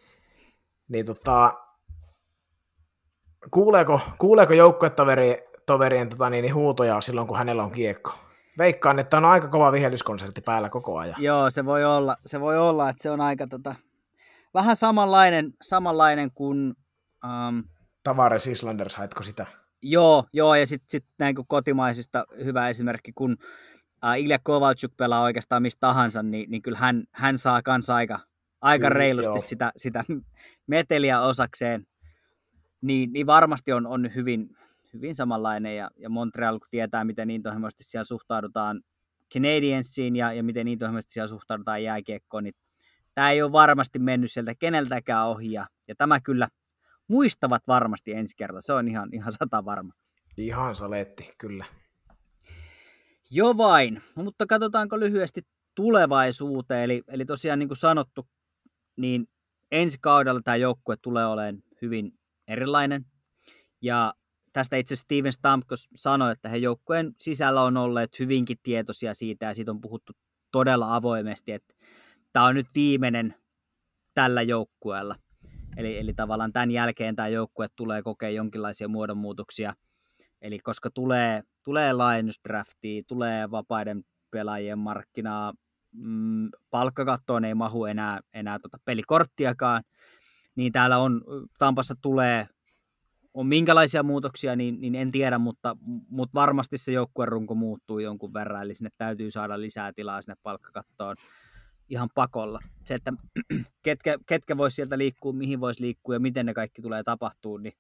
kuuleeko joukkuetoverien huutoja silloin, kun hänellä on kiekko? Veikkaan, että on aika kova vihellyskonsertti päällä koko ajan. Joo, se voi olla, että se on aika vähän samanlainen kuin Tavares Islanders, haetko sitä? Joo, ja sitten näin kuin kotimaisista hyvä esimerkki, kun Ilja Kovalchuk pelaa oikeastaan mistä tahansa, niin kyllä hän saa kanssa aika reilusti sitä meteliä osakseen. Niin varmasti on hyvin samanlainen, ja Montreal, kun tietää, miten intohimoisesti siellä suhtaudutaan Canadiensiin ja miten intohimoisesti siellä suhtaudutaan jääkiekkoon, niin tämä ei ole varmasti mennyt sieltä keneltäkään ohi, ja tämä kyllä muistavat varmasti ensi kerralla, se on ihan 100 varma. Ihan saletti, kyllä. Jo vain, mutta katsotaanko lyhyesti tulevaisuuteen, eli tosiaan niin kuin sanottu, niin ensi kaudella tämä joukkue tulee olemaan hyvin erilainen, ja tästä itse Steven Stamkos sanoi, että he joukkueen sisällä on olleet hyvinkin tietoisia siitä, ja siitä on puhuttu todella avoimesti, että tämä on nyt viimeinen tällä joukkueella. Eli tavallaan tämän jälkeen tämä joukkue tulee kokea jonkinlaisia muodonmuutoksia. Eli koska tulee laajennusdraftia, tulee vapaiden pelaajien markkinaa, palkkakattoon ei mahu enää pelikorttiakaan, niin täällä Tampassa on minkälaisia muutoksia, niin en tiedä, mutta varmasti se joukkueen runko muuttuu jonkun verran, eli sinne täytyy saada lisää tilaa sinne palkkakattoon ihan pakolla. Se, että ketkä vois sieltä liikkua, mihin voisi liikkua ja miten ne kaikki tulee tapahtuu, niin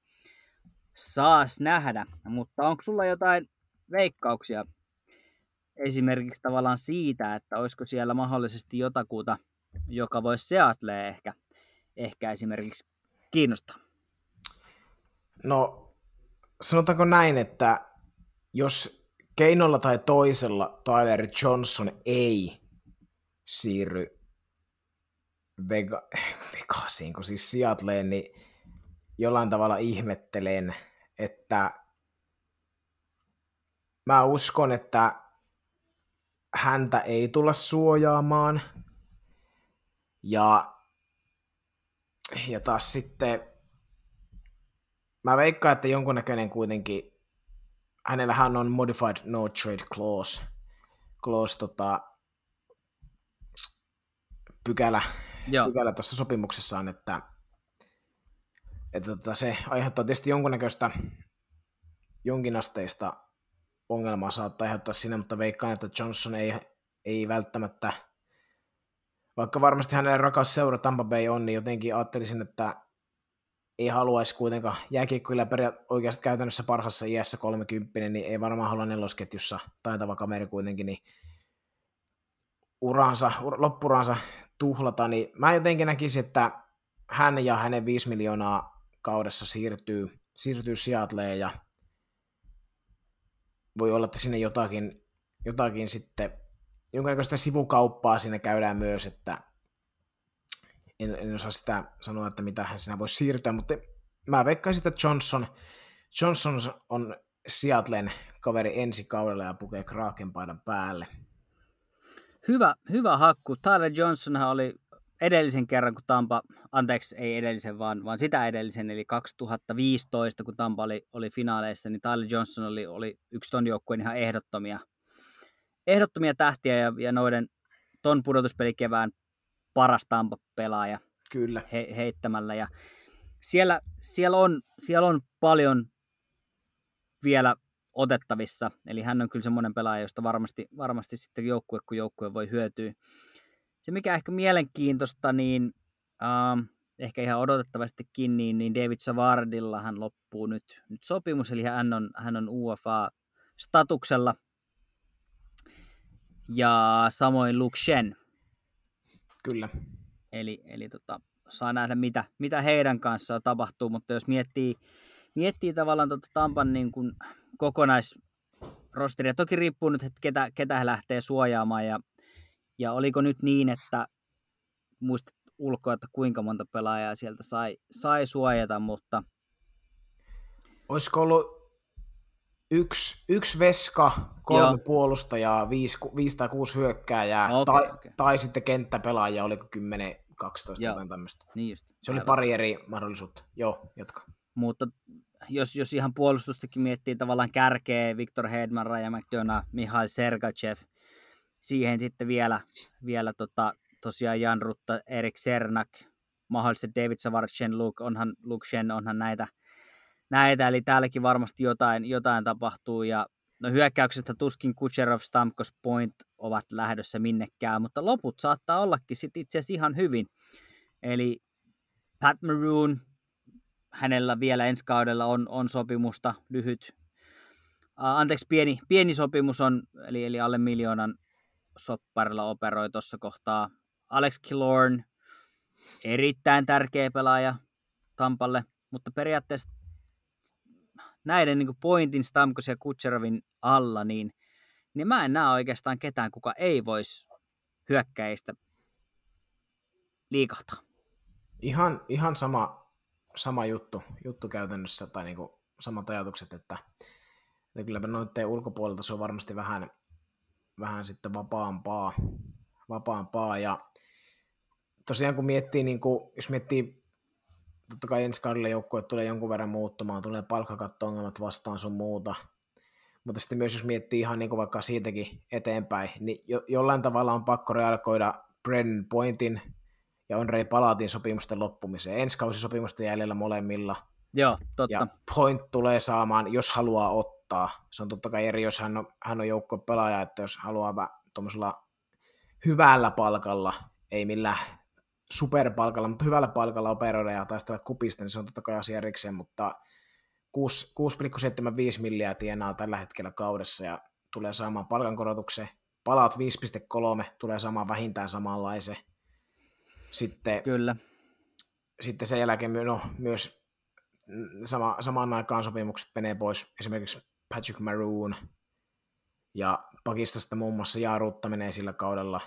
saas nähdä. Mutta onko sulla jotain veikkauksia esimerkiksi tavallaan siitä, että olisiko siellä mahdollisesti jotakuta, joka voisi Seattlea ehkä esimerkiksi kiinnostaa? No, sanotaanko näin, että jos keinolla tai toisella Tyler Johnson ei siirry Vegasiin, kun siis Seattleen, niin jollain tavalla ihmettelen, että mä uskon, että häntä ei tulla suojaamaan. Ja taas sitten mä veikkaan, että jonkunnäköinen kuitenkin, hänellähän on modified no trade clause pykälä tuossa sopimuksessaan, että se aiheuttaa tietysti jonkinasteista ongelmaa saattaa aiheuttaa sinne, mutta veikkaan, että Johnson ei välttämättä, vaikka varmasti hänelle rakas seura Tampa Bay on, niin jotenkin ajattelisin, että ei haluaisi kuitenkaan, jääkiekkoilla oikeasti käytännössä parhaassa iässä 30, niin ei varmaan halua nelosketjussa, taitava kaveri kuitenkin, niin loppuransa tuhlata, niin mä jotenkin näkisin, että hän ja hänen 5 miljoonaa kaudessa siirtyy Seattleen, ja voi olla, että sinne jotakin sitten, jonkinlaista sivukauppaa siinä käydään myös, että en osaa sitä sanoa, että mitä hän siinä voisi siirtyä, mutta mä veikkaisin, että Johnson on Seattlen kaveri ensi kaudella ja pukee Kraken-paidan päälle. Hyvä hakku. Tyler Johnsonhan oli edellisen kerran, kun ei edellisen, vaan sitä edellisen, eli 2015, kun Tampa oli finaaleissa, niin Tyler Johnson oli yksi ton joukkueen ihan ehdottomia tähtiä ja ton pudotuspelikevään paras Tampa-pelaaja. Kyllä. Heittämällä. Ja siellä on paljon vielä otettavissa, eli hän on kyllä semmoinen pelaaja, josta varmasti sitten joukkue voi hyötyä. Se mikä ehkä mielenkiintoista, niin ehkä ihan odotettavastikin, niin David Savardilla hän loppuu nyt sopimus, eli hän on UFA-statuksella, ja samoin Luke Shen. Kyllä. Eli saa nähdä, mitä heidän kanssaan tapahtuu, mutta jos miettii tavallaan Tampan niin kuin kokonaisrosteria, toki riippuu nyt, että ketä he lähtee suojaamaan, ja oliko nyt niin, että muistat ulkoa, että kuinka monta pelaajaa sieltä sai suojata, mutta olisiko ollut yksi veska, 3 puolustajaa, 5 tai 6 hyökkääjää, tai sitten kenttäpelaajia, oliko 10-12 jotain tämmöistä. Niin just, se oli pari eri mahdollisuutta. Joo, jatka. Mutta jos ihan puolustustakin miettii tavallaan kärkeä, Victor Hedman, Ryan McDonough, Mihail Sergachev, siihen sitten vielä tosiaan Jan Rutta, Erik Sernak, mahdollisesti David Savard, Luke Shen, onhan näitä, eli täälläkin varmasti jotain tapahtuu, ja no hyökkäyksestä tuskin Kucherov, Stamkos, Point ovat lähdössä minnekään, mutta loput saattaa ollakin sitten itse asiassa ihan hyvin, eli Pat Maroon, hänellä vielä ensi kaudella on sopimusta, pieni sopimus on, eli alle 1 miljoonan sopparilla operoi tuossa kohtaa. Alex Killorn, erittäin tärkeä pelaaja Tampalle, mutta periaatteessa näiden niin kuin Pointin, Stamkos ja Kucherovin alla, niin mä en näe oikeastaan ketään, kuka ei voisi hyökkäistä liikahtaa. Ihan sama juttu käytännössä, tai niin kuin samat ajatukset, että kyllä noitteen ulkopuolelta se on varmasti vähän sitten vapaampaa, ja tosiaan kun miettii, niin kuin, jos miettii, totta kai ensi kaudella joukkue tulee jonkun verran muuttumaan, tulee palkkakatto-ongelmat vastaan sun muuta, mutta sitten myös jos miettii ihan niin kuin vaikka siitäkin eteenpäin, niin jollain tavalla on pakko reagoida Brennan Pointin ja Ondrej Palatin sopimusten loppumiseen. Ensi kausisopimusta jäljellä molemmilla. Joo, totta. Ja Point tulee saamaan, jos haluaa ottaa. Se on totta kai eri, jos hän on joukkuepelaaja, että jos haluaa tuommoisella hyvällä palkalla, ei millään superpalkalla, mutta hyvällä palkalla operoida ja taistella kupista, niin se on totta kai asia erikseen, mutta 6,75 miljoonaa tienaa tällä hetkellä kaudessa ja tulee saamaan palkankorotuksen. Palaat 5,3, tulee saamaan vähintään samanlaisen. Kyllä. Sitten sen jälkeen myös samaan aikaan sopimukset menee pois, esimerkiksi Patrick Maroon, ja Pakistasta muun muassa Jaarutta menee sillä kaudella,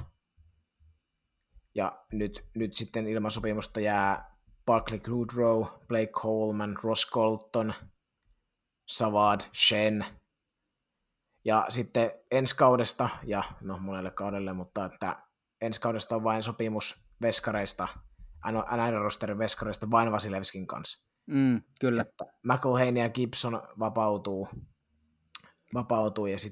ja nyt sitten ilman sopimusta jää Barclay Goodrow, Blake Coleman, Ross Colton, Savard, Shen, ja sitten ensi kaudesta, ja monelle kaudelle, mutta että ensi kaudesta on vain sopimus veskareista, NR-rosterin veskareista vain Vasilevskin kanssa. Kyllä. Että McElhaney ja Gibson vapautuu ja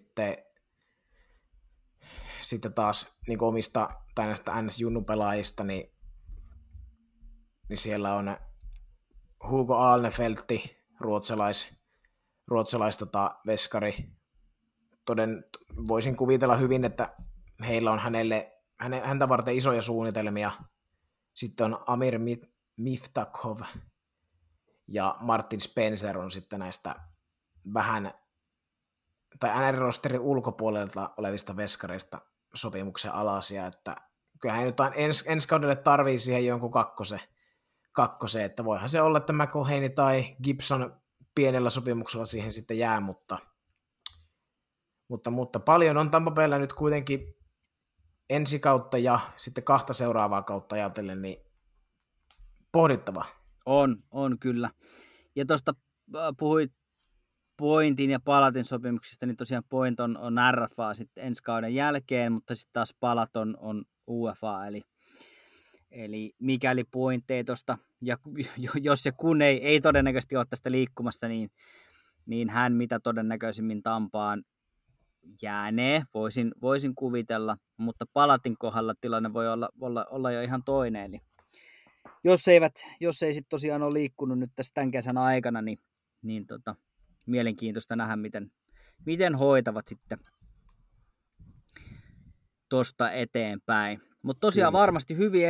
sitten taas niin omista tai näistä NS-junnupelaajista, niin siellä on Hugo Alnefeldt, ruotsalais veskari. Voisin kuvitella hyvin, että heillä on häntä varten isoja suunnitelmia. Sitten on Amir Miftakov, ja Martin Spencer on sitten näistä vähän, tai NR-rosterin ulkopuolelta olevista veskareista sopimuksen alaisia, että kyllähän nyt ensi kaudelle tarvii siihen jonkun kakkosen, että voihan se olla, että McElhaney tai Gibson pienellä sopimuksella siihen sitten jää, mutta paljon on Tampa Baylla nyt kuitenkin ensi kautta ja sitten 2 seuraavaa kautta ajatellen, niin pohdittava. On kyllä. Ja tuosta puhuit Pointin ja Palatin sopimuksista, niin tosiaan Point on RFA sitten ensi kauden jälkeen, mutta sitten taas Palat on UFA, eli mikäli Point ei tuosta, ja jos ja kun ei todennäköisesti ole tästä liikkumassa, niin hän mitä todennäköisimmin Tampaan jäänee, voisin kuvitella, mutta Palatin kohdalla tilanne voi olla jo ihan toinen, eli jos ei sitten tosiaan ole liikkunut nyt tässä tämän kesän aikana, niin mielenkiintoista nähdä, miten hoitavat sitten tuosta eteenpäin. Mutta tosiaan varmasti hyvin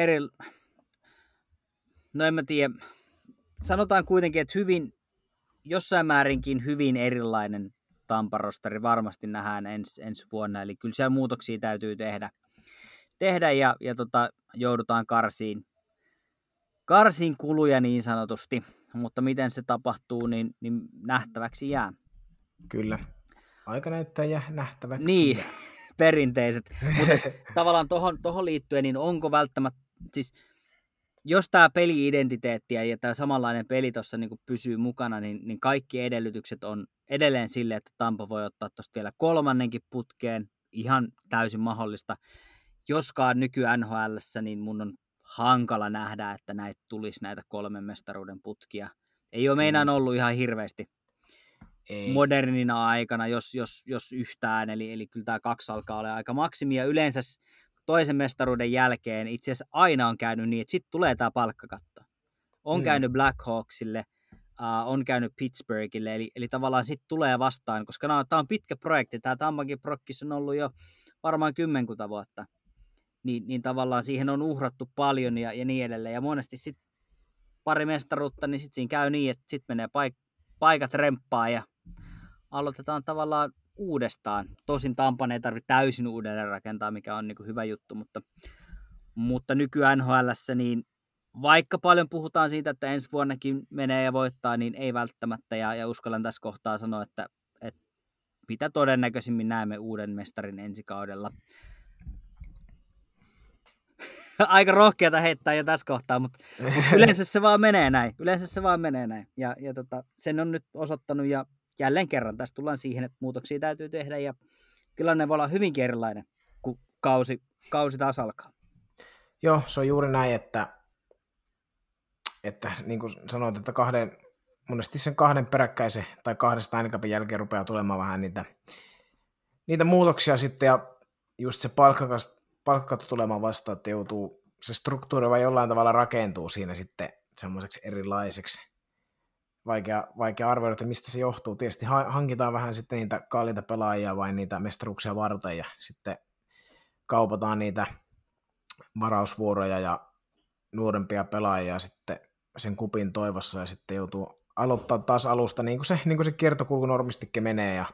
no en mä tiedä, sanotaan kuitenkin, että jossain määrinkin hyvin erilainen Tampa-rosteri varmasti nähdään ensi vuonna, eli kyllä siellä muutoksia täytyy tehdä ja joudutaan karsiin kuluja niin sanotusti, mutta miten se tapahtuu, niin nähtäväksi jää. Kyllä. Aika näyttää ja nähtäväksi. Niin, perinteiset. Mutta tavallaan tohon liittyen, niin onko välttämättä, siis jos tämä peli-identiteetti ja tämä samanlainen peli tuossa niin pysyy mukana, niin kaikki edellytykset on edelleen sille, että Tampa voi ottaa tuosta vielä 3. putkeen, ihan täysin mahdollista. Joskaan nyky-NHL:ssä, niin mun on hankala nähdä, että näitä tulisi näitä 3 mestaruuden putkia. Ei ole meinaan ollut ihan hirveästi modernina aikana, jos yhtään, eli kyllä tämä 2 alkaa olla aika maksimia. Yleensä toisen mestaruuden jälkeen itse asiassa aina on käynyt niin, että sitten tulee tämä palkkakatto. On käynyt Blackhawksille, on käynyt Pittsburghille, eli tavallaan sitten tulee vastaan, koska tämä on pitkä projekti. Tämä Tampankin prokkis on ollut jo varmaan 10 vuotta. Niin tavallaan siihen on uhrattu paljon ja niin edelleen. Ja monesti sitten pari mestaruutta, niin sitten siinä käy niin, että sitten menee paikat remppaa ja aloitetaan tavallaan uudestaan. Tosin Tampan ei tarvitse täysin uudelleen rakentaa, mikä on niin kuin hyvä juttu, mutta nykyään NHL:ssä, niin vaikka paljon puhutaan siitä, että ensi vuonnakin menee ja voittaa, niin ei välttämättä. Ja uskallan tässä kohtaa sanoa, että mitä todennäköisimmin näemme uuden mestarin ensi kaudella. Aika rohkeata heittää jo tässä kohtaa, mutta yleensä se vaan menee näin. Ja sen on nyt osoittanut ja jälleen kerran tässä tullaan siihen, että muutoksia täytyy tehdä ja tilanne voi olla hyvinkin erilainen, kun kausi taas alkaa. Joo, se on juuri näin, että niin kuin sanoit, että monesti sen 2 peräkkäisen tai 2 Stanley jälkeen rupeaa tulemaan vähän niitä muutoksia sitten ja just se palkkakatto tulemaan vastaan, että se struktuuri vai jollain tavalla rakentuu siinä sitten semmoiseksi erilaiseksi. Vaikea arvioida, että mistä se johtuu. Tietysti hankitaan vähän sitten niitä kalliita pelaajia vai niitä mestaruuksia varten ja sitten kaupataan niitä varausvuoroja ja nuorempia pelaajia sitten sen kupin toivossa ja sitten joutuu aloittaa taas alusta niin kuin se kiertokulku normistikin menee ja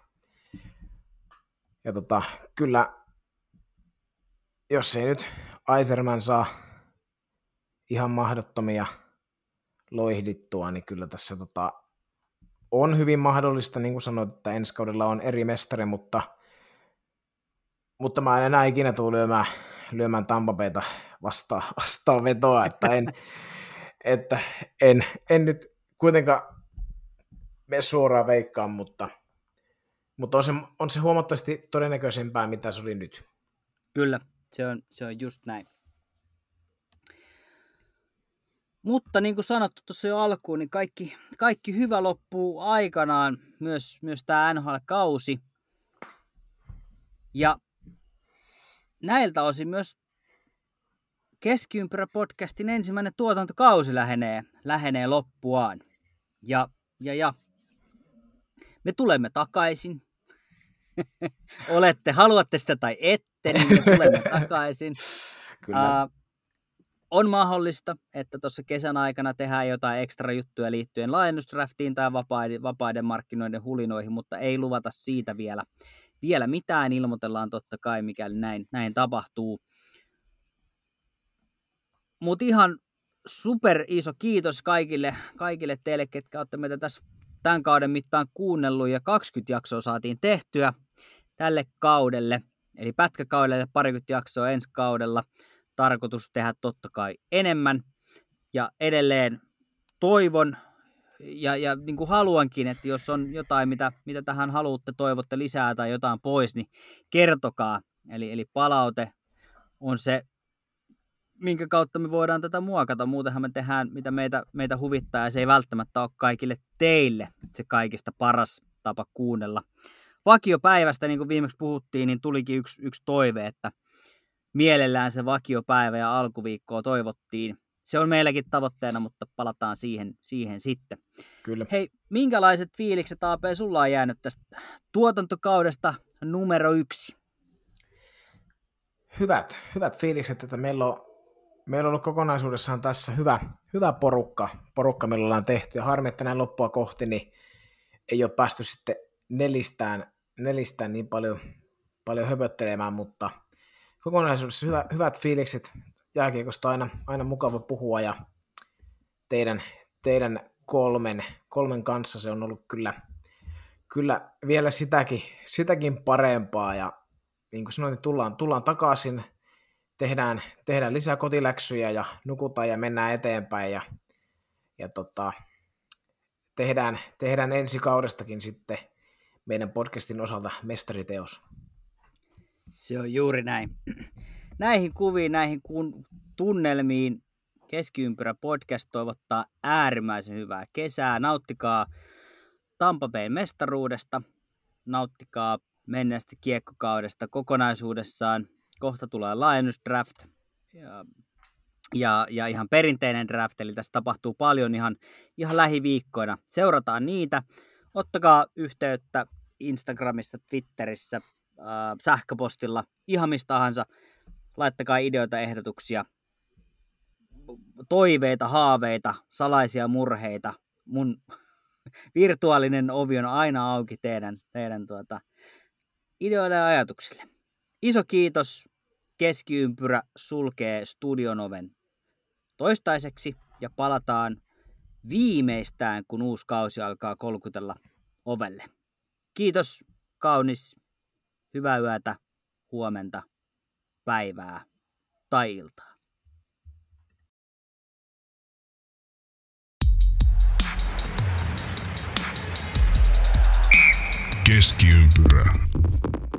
kyllä jos ei nyt Yzerman saa ihan mahdottomia loihdittua, niin kyllä tässä on hyvin mahdollista, niin kuin sanoit, että ensi kaudella on eri mestari, mutta mä en enää ikinä tule lyömään Tampa Bayta vastaan vetoa, että en nyt kuitenkaan mene suoraan veikkaan, mutta on se huomattavasti todennäköisempää, mitä se oli nyt. Kyllä, se on just näin. Mutta niin kuin sanottu tuossa jo alkuun, niin kaikki hyvä loppuu aikanaan, myös tämä NHL-kausi. Ja näiltä osin myös Keskiympyrä-podcastin ensimmäinen tuotantokausi lähenee loppuaan. Ja me tulemme takaisin. Haluatte sitä tai ette, niin me tulemme takaisin. Kyllä. On mahdollista, että tuossa kesän aikana tehdään jotain ekstra juttuja liittyen laajennusdraftiin tai vapaiden markkinoiden hulinoihin, mutta ei luvata siitä vielä mitään. Ilmoitellaan totta kai, mikäli näin tapahtuu. Mutta ihan super iso kiitos kaikille teille, ketkä olette meitä tässä tämän kauden mittaan kuunnellut, ja 20 jaksoa saatiin tehtyä tälle kaudelle, eli pätkäkaudelle, parikymmentä jaksoa ensi kaudella. Tarkoitus tehdä totta kai enemmän, ja edelleen toivon ja niin kuin haluankin, että jos on jotain, mitä tähän haluatte, toivotte lisää tai jotain pois, niin kertokaa. Eli palaute on se, minkä kautta me voidaan tätä muokata. Muutenhan me tehdään, mitä meitä huvittaa, ja se ei välttämättä ole kaikille teille se kaikista paras tapa kuunnella. Vakiopäivästä, niin kuin viimeksi puhuttiin, niin tulikin yksi toive, että mielellään se vakiopäivä ja alkuviikkoa toivottiin. Se on meilläkin tavoitteena, mutta palataan siihen sitten. Kyllä. Hei, minkälaiset fiilikset, AP, sulla on jäänyt tästä tuotantokaudesta numero 1? Hyvät fiilikset, että meillä on ollut kokonaisuudessaan tässä hyvä porukka, millä ollaan tehty, ja harmi, että näin loppua kohti, niin ei ole päästy sitten nelistään niin paljon höpöttelemään, mutta kokonaisuudessa hyvät fiilikset. Jääkiekosta aina mukava puhua, ja teidän kolmen kanssa se on ollut kyllä vielä sitäkin parempaa, ja niin kuin sanoin, tullaan takaisin, tehdään lisää kotiläksyjä ja nukutaan ja mennään eteenpäin, ja tehdään ensi kaudestakin sitten meidän podcastin osalta mestariteos. Se on juuri näin. Näihin kuviin, näihin tunnelmiin Keskiympyrä podcast toivottaa äärimmäisen hyvää kesää. Nauttikaa Tampa Bayn mestaruudesta, nauttikaa menneestä kiekkokaudesta kokonaisuudessaan. Kohta tulee laajennusdraft ja ihan perinteinen draft, eli tässä tapahtuu paljon ihan lähiviikkoina. Seurataan niitä. Ottakaa yhteyttä Instagramissa, Twitterissä, sähköpostilla, ihan mistä tahansa. Laittakaa ideoita, ehdotuksia, toiveita, haaveita, salaisia murheita. Mun virtuaalinen ovi on aina auki teidän ideoille ja ajatuksille. Iso kiitos. Keskiympyrä sulkee studion oven toistaiseksi, ja palataan viimeistään, kun uusi kausi alkaa kolkutella ovelle. Kiitos, kaunis, hyvää yötä, huomenta, päivää tai iltaa. Keskiympyrä.